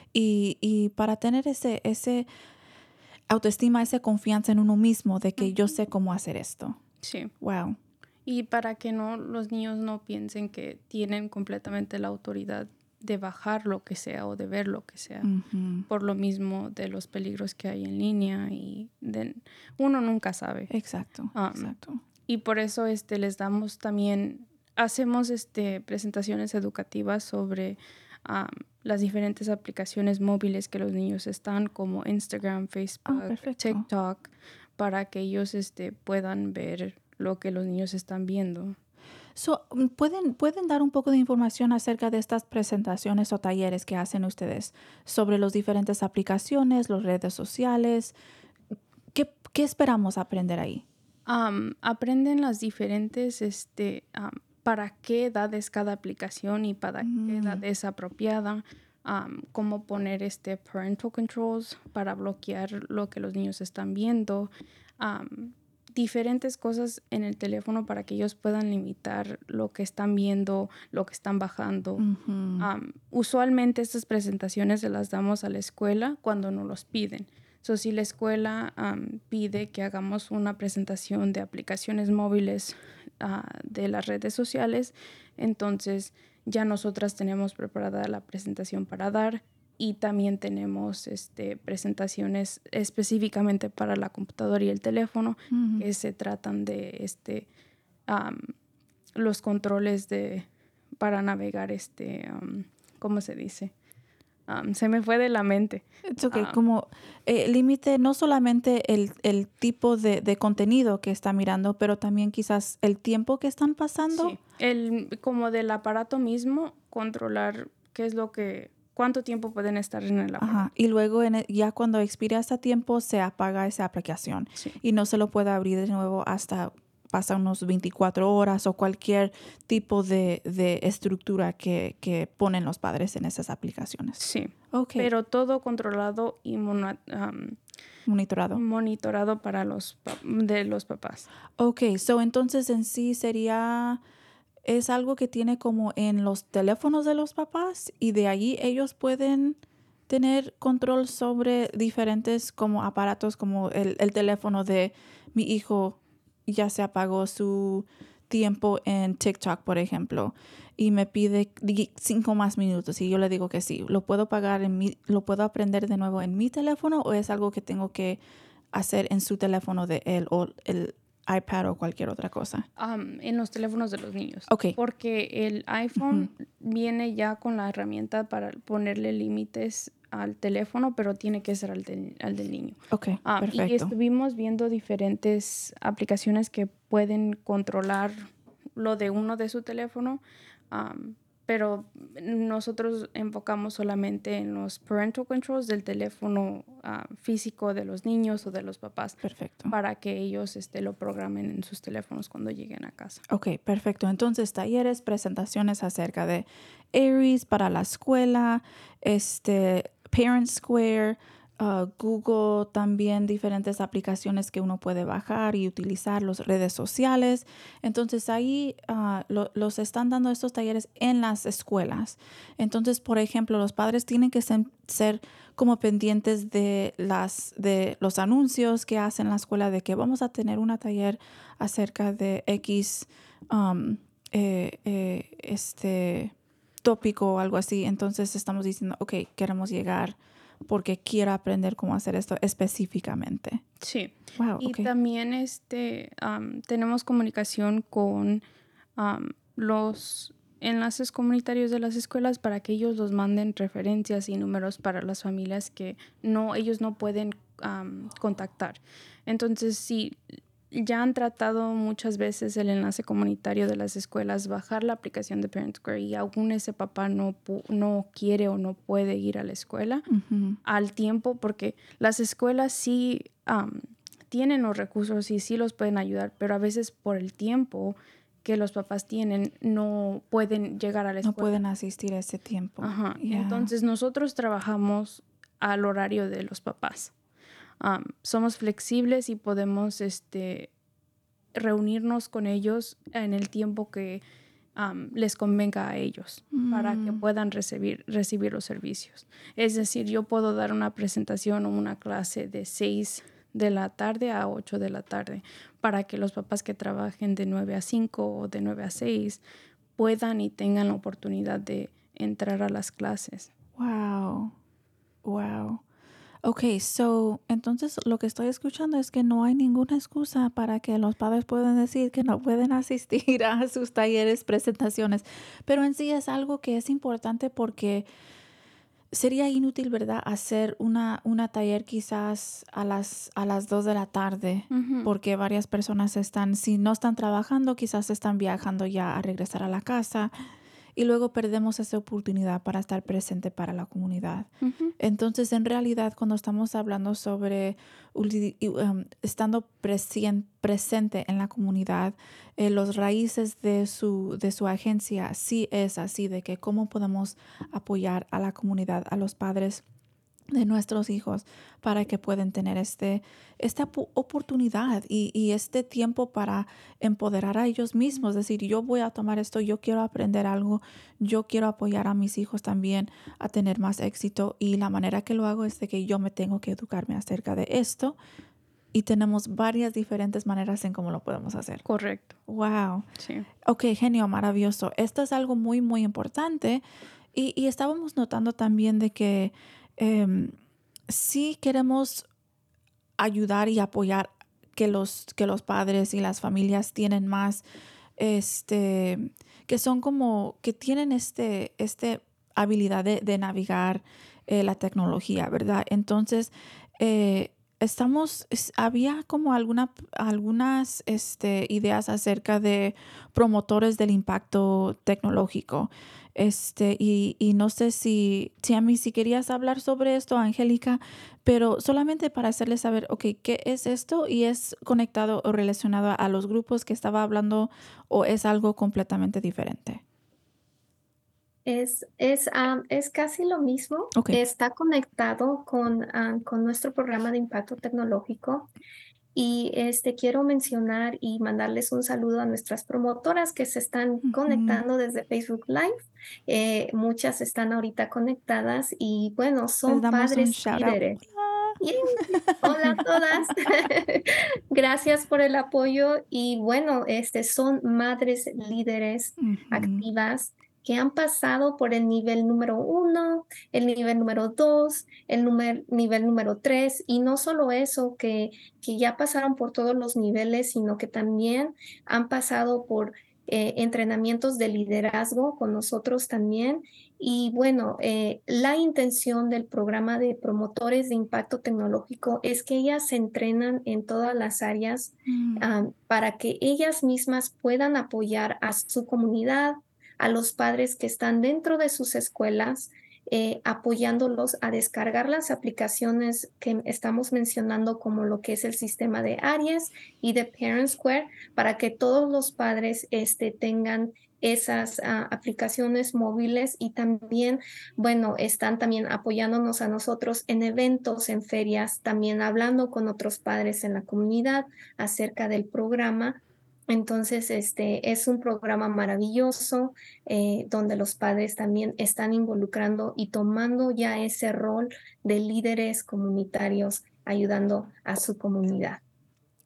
y, y para tener ese, ese autoestima, esa confianza en uno mismo de que yo sé cómo hacer esto. Sí. Wow. Y para que no los niños no piensen que tienen completamente la autoridad de bajar lo que sea o de ver lo que sea, uh-huh. por lo mismo de los peligros que hay en línea y de, uno nunca sabe. Exacto, um, exacto. Y por eso este, les damos también, hacemos este, presentaciones educativas sobre um, las diferentes aplicaciones móviles que los niños están, como Instagram, Facebook, oh, TikTok, para que ellos este, puedan ver lo que los niños están viendo. So, ¿pueden, ¿Pueden dar un poco de información acerca de estas presentaciones o talleres que hacen ustedes sobre las diferentes aplicaciones, las redes sociales? ¿Qué, qué esperamos aprender ahí? Um, aprenden las diferentes, este, um, para qué edad es cada aplicación y para mm. qué edad es apropiada. Um, cómo poner este parental controls para bloquear lo que los niños están viendo. Um, diferentes cosas en el teléfono para que ellos puedan limitar lo que están viendo, lo que están bajando. Uh-huh. Um, usualmente estas presentaciones se las damos a la escuela cuando nos los piden. So, si la escuela um, pide que hagamos una presentación de aplicaciones móviles uh, de las redes sociales, entonces ya nosotras tenemos preparada la presentación para dar. Y también tenemos este, presentaciones específicamente para la computadora y el teléfono, uh-huh. que se tratan de este, um, los controles de, para navegar, este, um, ¿cómo se dice? Um, se me fue de la mente. Es okay. um, como eh, límite no solamente el, el tipo de, de contenido que está mirando, pero también quizás el tiempo que están pasando. Sí, el, como del aparato mismo, controlar qué es lo que... cuánto tiempo pueden estar en el aparato. Ajá. Y luego en el, ya cuando expira ese tiempo se apaga esa aplicación, sí. y no se lo puede abrir de nuevo hasta pasa unos veinticuatro horas o cualquier tipo de, de estructura que, que ponen los padres en esas aplicaciones. Sí, okay. Pero todo controlado y mono, um, monitorado. Monitorado para los de los papás. Ok, so entonces en sí sería... es algo que tiene como en los teléfonos de los papás y de allí ellos pueden tener control sobre diferentes como aparatos, como el, el teléfono de mi hijo ya se apagó su tiempo en TikTok, por ejemplo, y me pide cinco más minutos y yo le digo que sí. ¿Lo puedo pagar en mi, lo puedo aprender de nuevo en mi teléfono o es algo que tengo que hacer en su teléfono de él o el iPad o cualquier otra cosa? Um, en los teléfonos de los niños. Okay. Porque el iPhone uh-huh. viene ya con la herramienta para ponerle límites al teléfono, pero tiene que ser al, de, al del niño. Ok, um, perfecto. Y estuvimos viendo diferentes aplicaciones que pueden controlar lo de uno de su teléfono, um, pero nosotros enfocamos solamente en los parental controls del teléfono uh, físico de los niños o de los papás. Perfecto. Para que ellos este, lo programen en sus teléfonos cuando lleguen a casa. Ok, perfecto. Entonces, talleres, presentaciones acerca de Aries para la escuela, este, Parent Square, uh, Google, también diferentes aplicaciones que uno puede bajar y utilizar, las redes sociales. Entonces, ahí uh, lo, los están dando estos talleres en las escuelas. Entonces, por ejemplo, los padres tienen que ser, ser como pendientes de, las, de los anuncios que hacen en la escuela de que vamos a tener un taller acerca de X um, eh, eh, este tópico o algo así. Entonces estamos diciendo, ok, queremos llegar porque quiero aprender cómo hacer esto específicamente. Sí. Wow, Y okay. también este, um, tenemos comunicación con um, los enlaces comunitarios de las escuelas para que ellos los manden referencias y números para las familias que no, ellos no pueden um, contactar. Entonces, sí, ya han tratado muchas veces el enlace comunitario de las escuelas bajar la aplicación de Parent Square y aún ese papá no, no quiere o no puede ir a la escuela uh-huh. al tiempo, porque las escuelas sí um, tienen los recursos y sí los pueden ayudar, pero a veces por el tiempo que los papás tienen no pueden llegar a la escuela. No pueden asistir a ese tiempo. Ajá. Yeah. Entonces nosotros trabajamos al horario de los papás. Um, somos flexibles y podemos este, reunirnos con ellos en el tiempo que um, les convenga a ellos mm. para que puedan recibir, recibir los servicios. Es decir, yo puedo dar una presentación o una clase de seis de la tarde a ocho de la tarde para que los papás que trabajen de nueve a cinco o de nueve a seis puedan y tengan la oportunidad de entrar a las clases. Wow, wow. Okay, so, entonces lo que estoy escuchando es que no hay ninguna excusa para que los padres puedan decir que no pueden asistir a sus talleres, presentaciones, pero en sí es algo que es importante porque sería inútil, ¿verdad?, hacer una, una taller quizás a las, a las dos de la tarde, uh-huh. porque varias personas están, si no están trabajando, quizás están viajando ya a regresar a la casa. Y luego perdemos esa oportunidad para estar presente para la comunidad. Uh-huh. Entonces, en realidad, cuando estamos hablando sobre um, estando presien, presente en la comunidad, eh, los raíces de su, de su agencia sí es así, de que cómo podemos apoyar a la comunidad, a los padres de nuestros hijos para que puedan tener este, esta oportunidad y, y este tiempo para empoderar a ellos mismos, decir, yo voy a tomar esto, yo quiero aprender algo, yo quiero apoyar a mis hijos también a tener más éxito, y la manera que lo hago es de que yo me tengo que educarme acerca de esto, y tenemos varias diferentes maneras en cómo lo podemos hacer. Correcto. Wow. Sí. Ok, genio, maravilloso. Esto es algo muy, muy importante, y, y estábamos notando también de que Um, sí queremos ayudar y apoyar que los, que los padres y las familias tienen más, este, que son como, que tienen este, este habilidad de, de navegar eh, la tecnología, ¿verdad? Entonces, eh, estamos, es, había como alguna, algunas este, ideas acerca de promotores del impacto tecnológico. Este, y, y no sé si, Tammy, si querías hablar sobre esto, Angélica, pero solamente para hacerles saber, ok, ¿qué es esto? ¿Y es conectado o relacionado a los grupos que estaba hablando, o es algo completamente diferente? Es, es, um, es casi lo mismo. Okay. Está conectado con, um, con nuestro programa de impacto tecnológico. Y este, quiero mencionar y mandarles un saludo a nuestras promotoras que se están uh-huh. conectando desde Facebook Live. Eh, muchas están ahorita conectadas y bueno, son padres líderes. Hola a todas. Gracias por el apoyo. Y bueno, este, son madres líderes uh-huh. activas que han pasado por el nivel número uno, el nivel número dos, el numer, nivel número tres, y no solo eso, que, que ya pasaron por todos los niveles, sino que también han pasado por eh, entrenamientos de liderazgo con nosotros también. Y bueno, eh, la intención del programa de promotores de impacto tecnológico es que ellas se entrenan en todas las áreas mm. um, para que ellas mismas puedan apoyar a su comunidad, a los padres que están dentro de sus escuelas, eh, apoyándolos a descargar las aplicaciones que estamos mencionando, como lo que es el sistema de Aries y de Parent Square, para que todos los padres este, tengan esas uh, aplicaciones móviles. Y también, bueno, están también apoyándonos a nosotros en eventos, en ferias, también hablando con otros padres en la comunidad acerca del programa. Entonces, este es un programa maravilloso eh, donde los padres también están involucrando y tomando ya ese rol de líderes comunitarios, ayudando a su comunidad.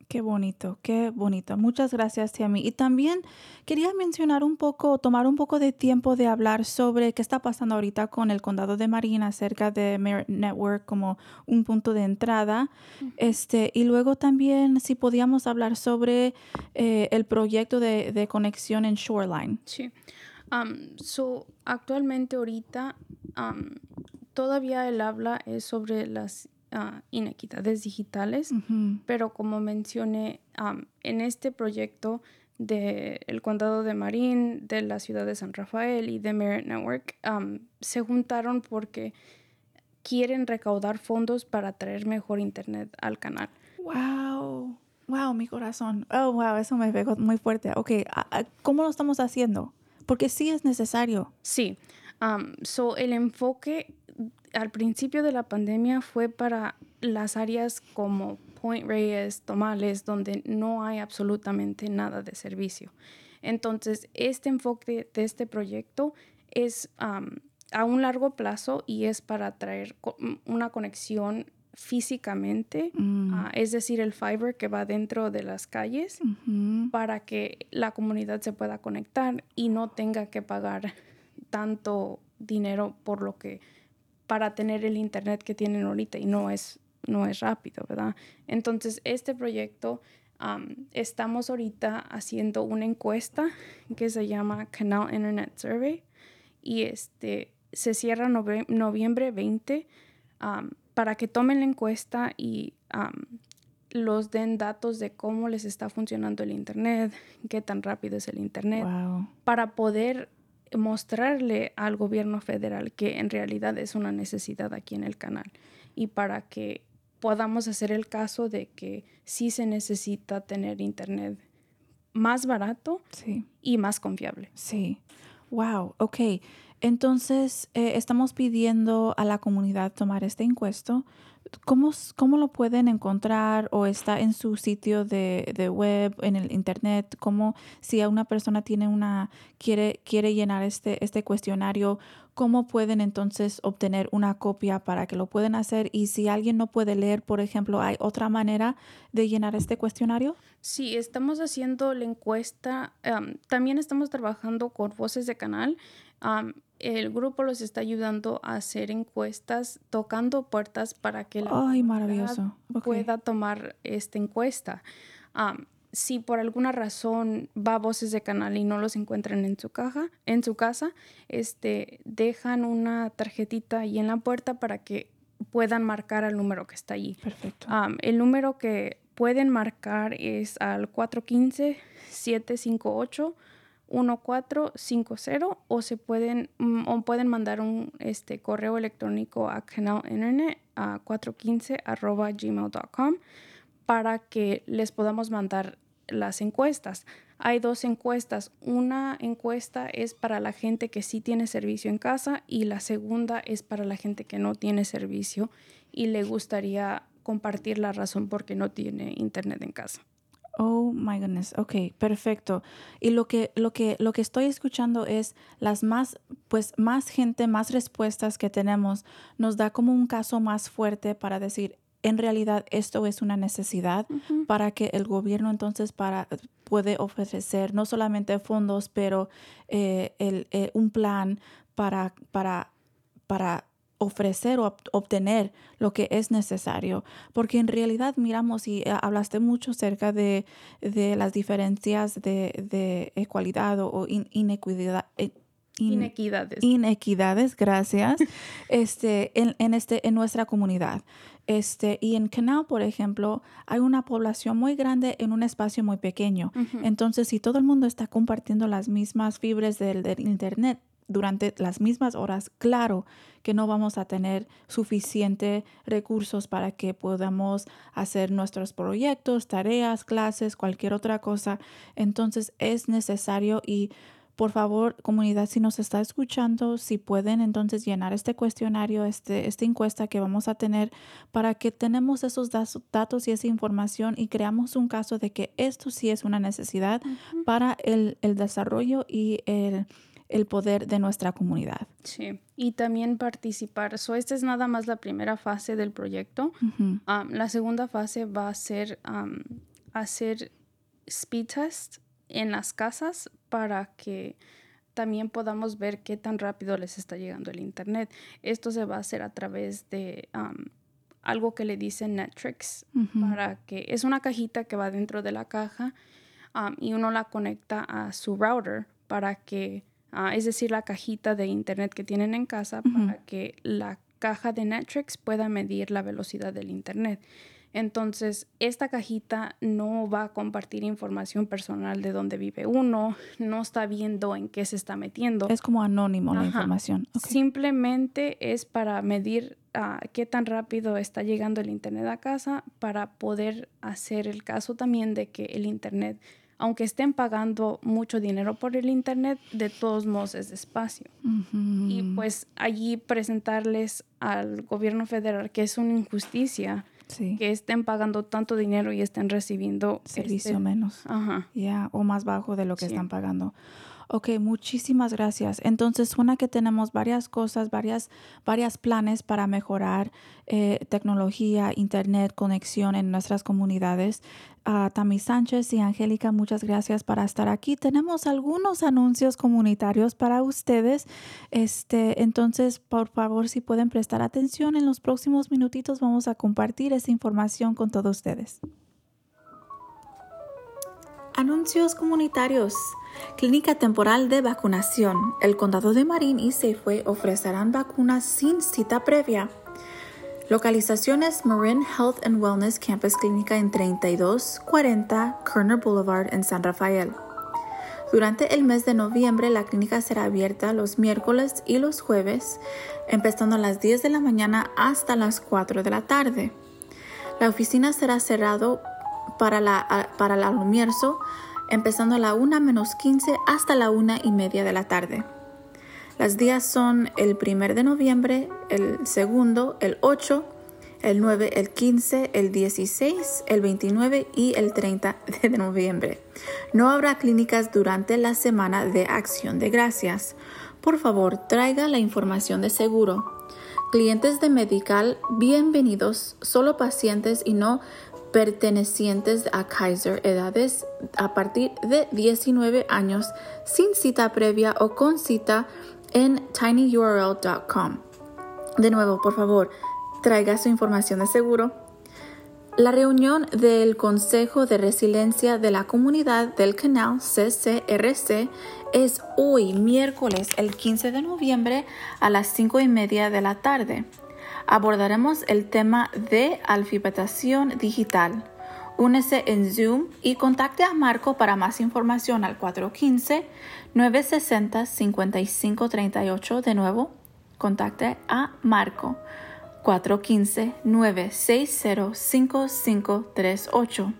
Qué bonito, qué bonito. Muchas gracias, Tammy. Y también quería mencionar un poco, tomar un poco de tiempo de hablar sobre qué está pasando ahorita con el condado de Marin acerca de Merit Network como un punto de entrada. Uh-huh. Este, y luego también si podíamos hablar sobre eh, el proyecto de, de conexión en Shoreline. Sí. Um, so, actualmente ahorita um, todavía el habla es sobre las Uh, inequidades digitales, uh-huh. pero como mencioné, um, en este proyecto del condado de Marin, de la ciudad de San Rafael y de Merit Network, um, se juntaron porque quieren recaudar fondos para traer mejor internet al canal. ¡Wow! ¡Wow, mi corazón! ¡Oh, wow! Eso me pegó muy fuerte. Ok, ¿cómo lo estamos haciendo? Porque sí es necesario. Sí. Um, so, el enfoque al principio de la pandemia fue para las áreas como Point Reyes, Tomales, donde no hay absolutamente nada de servicio. Entonces, este enfoque de este proyecto es um, a un largo plazo y es para traer co- una conexión físicamente, mm. uh, es decir, el fiber que va dentro de las calles, uh-huh. para que la comunidad se pueda conectar y no tenga que pagar tanto dinero por lo que para tener el internet que tienen ahorita y no es, no es rápido, ¿verdad? Entonces, este proyecto, um, estamos ahorita haciendo una encuesta que se llama Canal Internet Survey y este, se cierra nove- noviembre veinte um, para que tomen la encuesta y um, los den datos de cómo les está funcionando el internet, qué tan rápido es el internet, wow. para poder mostrarle al gobierno federal que en realidad es una necesidad aquí en el canal y para que podamos hacer el caso de que sí se necesita tener internet más barato sí. y más confiable. Sí. Wow, ok. Entonces, eh, estamos pidiendo a la comunidad tomar esta encuesta. ¿Cómo, ¿Cómo lo pueden encontrar o está en su sitio de, de web, en el internet? ¿Cómo, si una persona tiene una, quiere, quiere llenar este, este cuestionario, cómo pueden entonces obtener una copia para que lo puedan hacer? Y si alguien no puede leer, por ejemplo, ¿hay otra manera de llenar este cuestionario? Sí, estamos haciendo la encuesta. Um, también estamos trabajando con Voces de Canal. Um, el grupo los está ayudando a hacer encuestas, tocando puertas para que la Ay, comunidad maravilloso. Okay. pueda tomar esta encuesta. Um, si por alguna razón va a Voces de Canal y no los encuentran en su caja, en su casa, este, dejan una tarjetita ahí en la puerta para que puedan marcar al número que está allí. Perfecto. Um, el número que pueden marcar es al cuatro uno cinco, siete cinco ocho, uno cuatro cinco cero o se pueden um, o pueden mandar un este correo electrónico a Canal Internet a cuatro uno cinco arroba gmail punto com para que les podamos mandar las encuestas. Hay dos encuestas. Una encuesta es para la gente que sí tiene servicio en casa y la segunda es para la gente que no tiene servicio y le gustaría compartir la razón por qué no tiene internet en casa. Oh my goodness. Ok, perfecto. Y lo que, lo que, lo que estoy escuchando es las más, pues más gente, más respuestas que tenemos, nos da como un caso más fuerte para decir, en realidad esto es una necesidad uh-huh. para que el gobierno entonces para, puede ofrecer no solamente fondos, pero eh, el, eh, un plan para, para, para ofrecer o obtener lo que es necesario. Porque en realidad miramos y uh, hablaste mucho acerca de, de las diferencias de, de ecualidad o, o in, inequidad. Eh, In, inequidades. Inequidades, gracias, este, en, en, este, en nuestra comunidad. Este, y en Canal, por ejemplo, hay una población muy grande en un espacio muy pequeño. Uh-huh. Entonces, si todo el mundo está compartiendo las mismas fibras del, del internet durante las mismas horas, claro que no vamos a tener suficientes recursos para que podamos hacer nuestros proyectos, tareas, clases, cualquier otra cosa. Entonces, es necesario y por favor, comunidad, si nos está escuchando, si pueden entonces llenar este cuestionario, este, esta encuesta que vamos a tener para que tenemos esos datos y esa información y creamos un caso de que esto sí es una necesidad uh-huh. para el, el desarrollo y el, el poder de nuestra comunidad. Sí, y también participar. So, esta es nada más la primera fase del proyecto. Uh-huh. Um, la segunda fase va a ser um, hacer speed test en las casas para que también podamos ver qué tan rápido les está llegando el internet. Esto se va a hacer a través de um, algo que le dicen Netrix, uh-huh. para que es una cajita que va dentro de la caja um, y uno la conecta a su router para que, uh, es decir, la cajita de internet que tienen en casa, uh-huh. para que la caja de Netrix pueda medir la velocidad del internet. Entonces, esta cajita no va a compartir información personal de dónde vive uno, no está viendo en qué se está metiendo. Es como anónimo. Ajá. La información. Okay. Simplemente es para medir uh, qué tan rápido está llegando el internet a casa, para poder hacer el caso también de que el internet, aunque estén pagando mucho dinero por el internet, de todos modos es despacio. Uh-huh. Y pues allí presentarles al gobierno federal que es una injusticia. Sí. Que estén pagando tanto dinero y estén recibiendo servicio este, menos. Ajá. Ya, yeah, o más bajo de lo que sí. están pagando. Ok, muchísimas gracias. Entonces, suena que tenemos varias cosas, varias, varias planes para mejorar eh, tecnología, internet, conexión en nuestras comunidades. Uh, Tami Sánchez y Angélica, muchas gracias para estar aquí. Tenemos algunos anuncios comunitarios para ustedes. Este, entonces, por favor, si pueden prestar atención, en los próximos minutitos vamos a compartir esa información con todos ustedes. Anuncios comunitarios. Clínica Temporal de Vacunación. El Condado de Marin y Safeway ofrecerán vacunas sin cita previa. Localizaciones: Marin Health and Wellness Campus Clínica en treinta y dos cuarenta Kerner Boulevard en San Rafael. Durante el mes de noviembre, la clínica será abierta los miércoles y los jueves, empezando a las diez de la mañana hasta las cuatro de la tarde. La oficina será cerrada para, la, para el almuerzo, empezando a la una menos quince hasta la una y media de la tarde. Los días son el primero de noviembre, el segundo, el ocho, el nueve, el quince, el dieciséis, el veintinueve y el treinta de noviembre. No habrá clínicas durante la semana de Acción de Gracias. Por favor, traiga la información de seguro. Clientes de Medical, bienvenidos, solo pacientes y no pertenecientes a Kaiser, edades a partir de diecinueve años, sin cita previa o con cita en tiny u r l punto com. De nuevo, por favor, traiga su información de seguro. La reunión del Consejo de Resiliencia de la Comunidad del Canal C C R C es hoy, miércoles, el quince de noviembre a las cinco y media de la tarde. Abordaremos el tema de alfabetización digital. Únese en Zoom y contacte a Marco para más información al cuatro uno cinco, nueve seis cero, cinco cinco tres ocho. De nuevo, contacte a Marco cuatro uno cinco, nueve seis cero, cinco cinco tres ocho.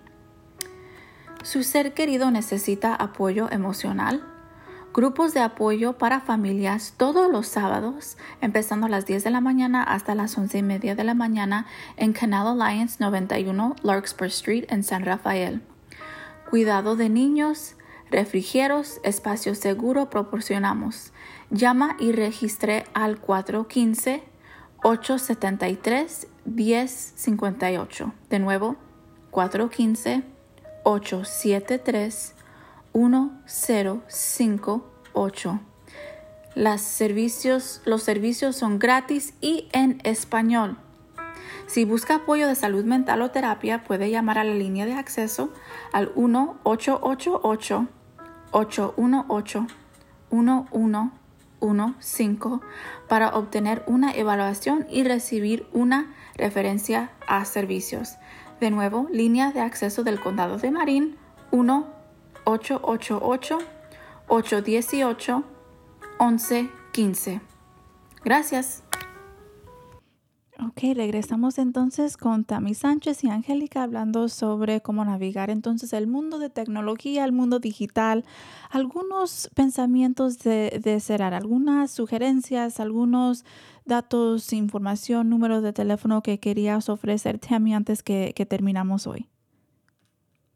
Su ser querido necesita apoyo emocional. Grupos de apoyo para familias todos los sábados, empezando a las diez de la mañana hasta las once y media de la mañana en Canal Alliance noventa y uno Larkspur Street en San Rafael. Cuidado de niños, refrigerios, espacio seguro proporcionamos. Llama y registre al cuatro uno cinco, ocho siete tres, uno cero cinco ocho. De nuevo, cuatro uno cinco, ocho siete tres, uno cero cinco ocho. Las servicios, los servicios son gratis y en español. Si busca apoyo de salud mental o terapia, puede llamar a la línea de acceso al uno ocho ocho ocho, ocho uno ocho, uno uno uno cinco para obtener una evaluación y recibir una referencia a servicios. De nuevo, línea de acceso del Condado de Marin uno ocho ocho ocho, ocho uno ocho, once quince. Gracias. Ok, regresamos entonces con Tami Sánchez y Angélica hablando sobre cómo navegar entonces el mundo de tecnología, el mundo digital. Algunos pensamientos de, de cerrar, algunas sugerencias, algunos datos, información, números de teléfono que querías ofrecer, Tami, antes que, que terminamos hoy.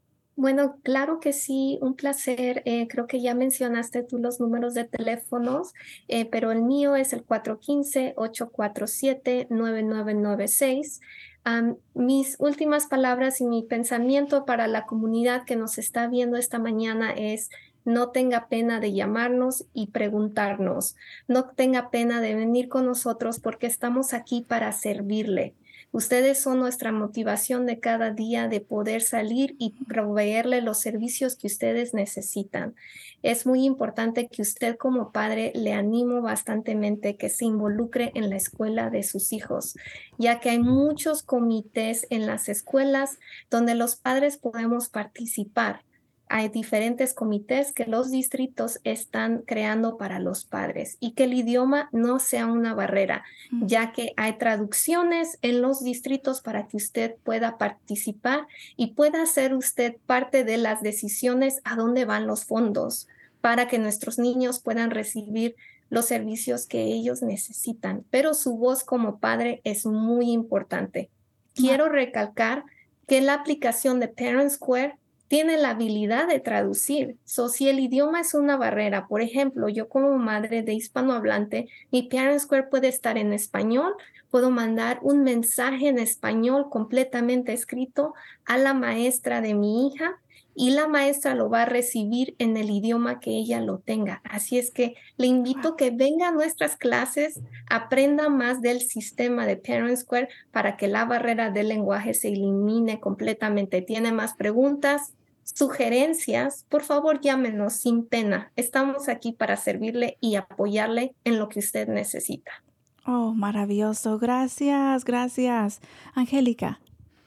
Bueno, claro que sí, un placer. Eh, creo que ya mencionaste tú los números de teléfonos, eh, pero el mío es el cuatro uno cinco, ocho cuatro siete, nueve nueve nueve seis. Um, mis últimas palabras y mi pensamiento para la comunidad que nos está viendo esta mañana es: no tenga pena de llamarnos y preguntarnos. No tenga pena de venir con nosotros porque estamos aquí para servirle. Ustedes son nuestra motivación de cada día de poder salir y proveerle los servicios que ustedes necesitan. Es muy importante que usted como padre le animo bastantemente que se involucre en la escuela de sus hijos, ya que hay muchos comités en las escuelas donde los padres podemos participar. Hay diferentes comités que los distritos están creando para los padres y que el idioma no sea una barrera, mm. ya que hay traducciones en los distritos para que usted pueda participar y pueda ser usted parte de las decisiones a dónde van los fondos para que nuestros niños puedan recibir los servicios que ellos necesitan. Pero su voz como padre es muy importante. Quiero recalcar que la aplicación de Parent Square tiene la habilidad de traducir. So, si el idioma es una barrera, por ejemplo, yo como madre de hispanohablante, mi Parent Square puede estar en español, puedo mandar un mensaje en español completamente escrito a la maestra de mi hija y la maestra lo va a recibir en el idioma que ella lo tenga. Así es que le invito a que venga a nuestras clases, aprenda más del sistema de Parent Square para que la barrera del lenguaje se elimine completamente. ¿Tiene más preguntas, sugerencias? Por favor, llámenos sin pena. Estamos aquí para servirle y apoyarle en lo que usted necesita. Oh, maravilloso. Gracias, gracias. Angélica.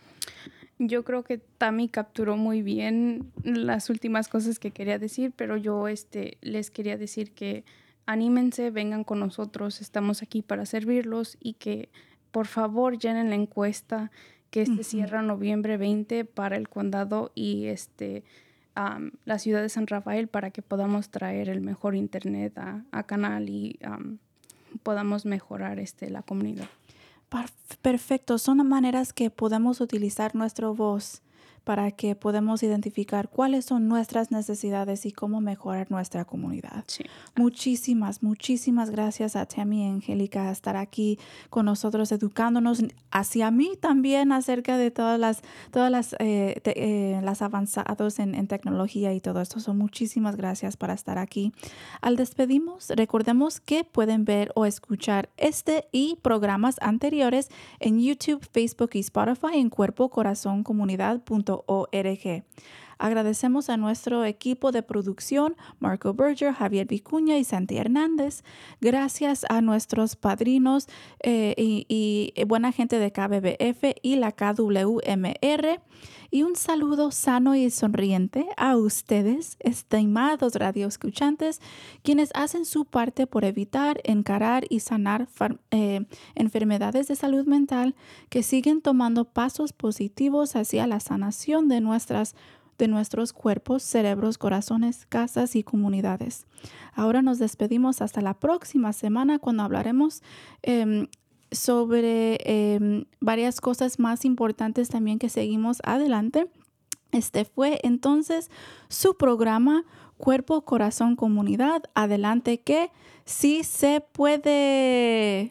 Yo creo que Tami capturó muy bien las últimas cosas que quería decir, pero yo este, les quería decir que anímense, vengan con nosotros, estamos aquí para servirlos y que por favor llenen la encuesta que este uh-huh. cierra noviembre veinte para el condado y este, um, la ciudad de San Rafael para que podamos traer el mejor internet a, a Canal y um, podamos mejorar este, la comunidad. Perfecto, son maneras que podemos utilizar nuestra voz para que podamos identificar cuáles son nuestras necesidades y cómo mejorar nuestra comunidad. Sí. Muchísimas, muchísimas gracias a Tami y Angélica estar aquí con nosotros educándonos hacia mí también acerca de todas las, todas las, eh, te, eh, las avanzados en, en tecnología y todo esto. So, muchísimas gracias por estar aquí. Al despedirnos, recordemos que pueden ver o escuchar este y programas anteriores en YouTube, Facebook y Spotify en cuerpo corazón comunidad punto org. Agradecemos a nuestro equipo de producción, Marco Berger, Javier Vicuña y Santi Hernández. Gracias a nuestros padrinos eh, y, y buena gente de K B B F y la K W M R. Y un saludo sano y sonriente a ustedes, estimados radioescuchantes, quienes hacen su parte por evitar, encarar y sanar far, eh, enfermedades de salud mental, que siguen tomando pasos positivos hacia la sanación de nuestras de nuestros cuerpos, cerebros, corazones, casas y comunidades. Ahora nos despedimos hasta la próxima semana cuando hablaremos eh, sobre eh, varias cosas más importantes también que seguimos adelante. Este fue entonces su programa Cuerpo, Corazón, Comunidad. Adelante que sí se puede.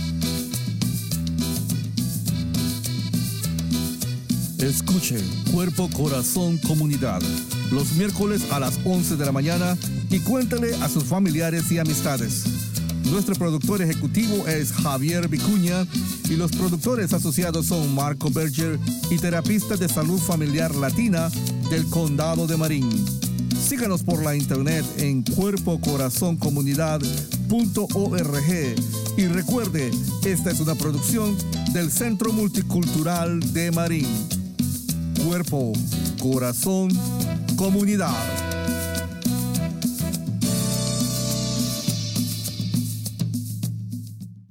Escuche Cuerpo, Corazón, Comunidad los miércoles a las once de la mañana y cuéntale a sus familiares y amistades. Nuestro productor ejecutivo es Javier Vicuña y los productores asociados son Marco Berger y terapista de salud familiar latina del Condado de Marin. Síganos por la internet en cuerpo corazón comunidad punto org y recuerde, esta es una producción del Centro Multicultural de Marin. Cuerpo, Corazón, Comunidad.